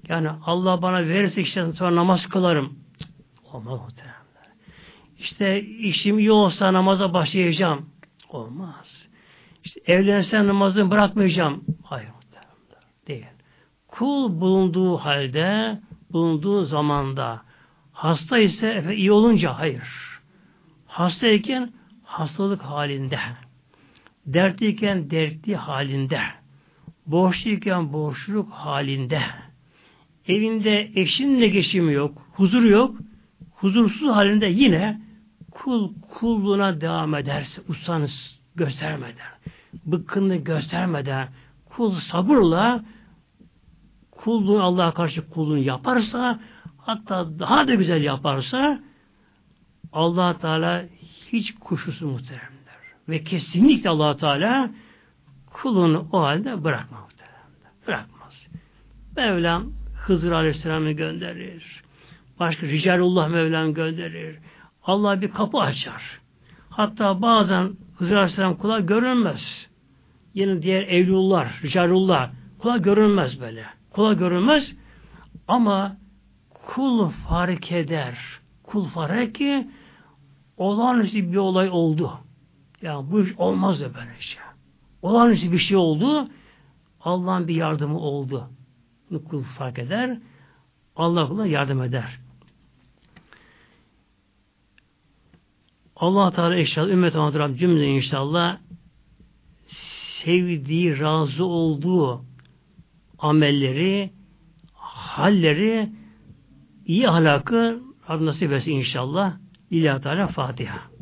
Yani Allah bana verirse işte sonra namaz kılarım. Cık, olmaz muhteremler. İşte işim iyi olsa namaza başlayacağım. Olmaz. İşte evlensem namazını bırakmayacağım. Hayır muhteremler. Değil. Kul bulunduğu halde, bulunduğu zamanda, hasta ise efe, iyi olunca hayır. Hastayken hastalık halinde, dertliyken dertli halinde, borçluyken borçluluk halinde, evinde eşinle geçimi yok, huzur yok, huzursuz halinde yine kul kulluğuna devam ederse, usanız göstermeden, bıkkınlığı göstermeden, kul sabırla kulluğunu Allah'a karşı kulluğunu yaparsa, hatta daha da güzel yaparsa, Allah Teala hiç kuşkusuz muhteremler. Ve kesinlikle Allah Teala kulunu o halde bırakmaz muhteremler. Bırakmaz. Mevlam Hızır Aleyhisselam'ı gönderir. Başka Ricalullah Mevlam gönderir. Allah bir kapı açar. Hatta bazen Hızır Aleyhisselam kula görünmez. Yine diğer Evliyullah, Ricalullah kula görünmez böyle. Kula görünmez ama kul fark eder. Kul fark ki olağanüstü bir olay oldu. Yani bu iş olmazdı böyle şey. Olağanüstü bir şey oldu. Allah'ın bir yardımı oldu. Bunu kul fark eder. Allah kuluna yardım eder. Allah Teala inşallah ümmet-i Muhammed cümle inşallah sevdiği, razı olduğu amelleri, halleri, iyi ahlakı Rabbim nasip etsin inşallah. İlahi Teala Fatiha.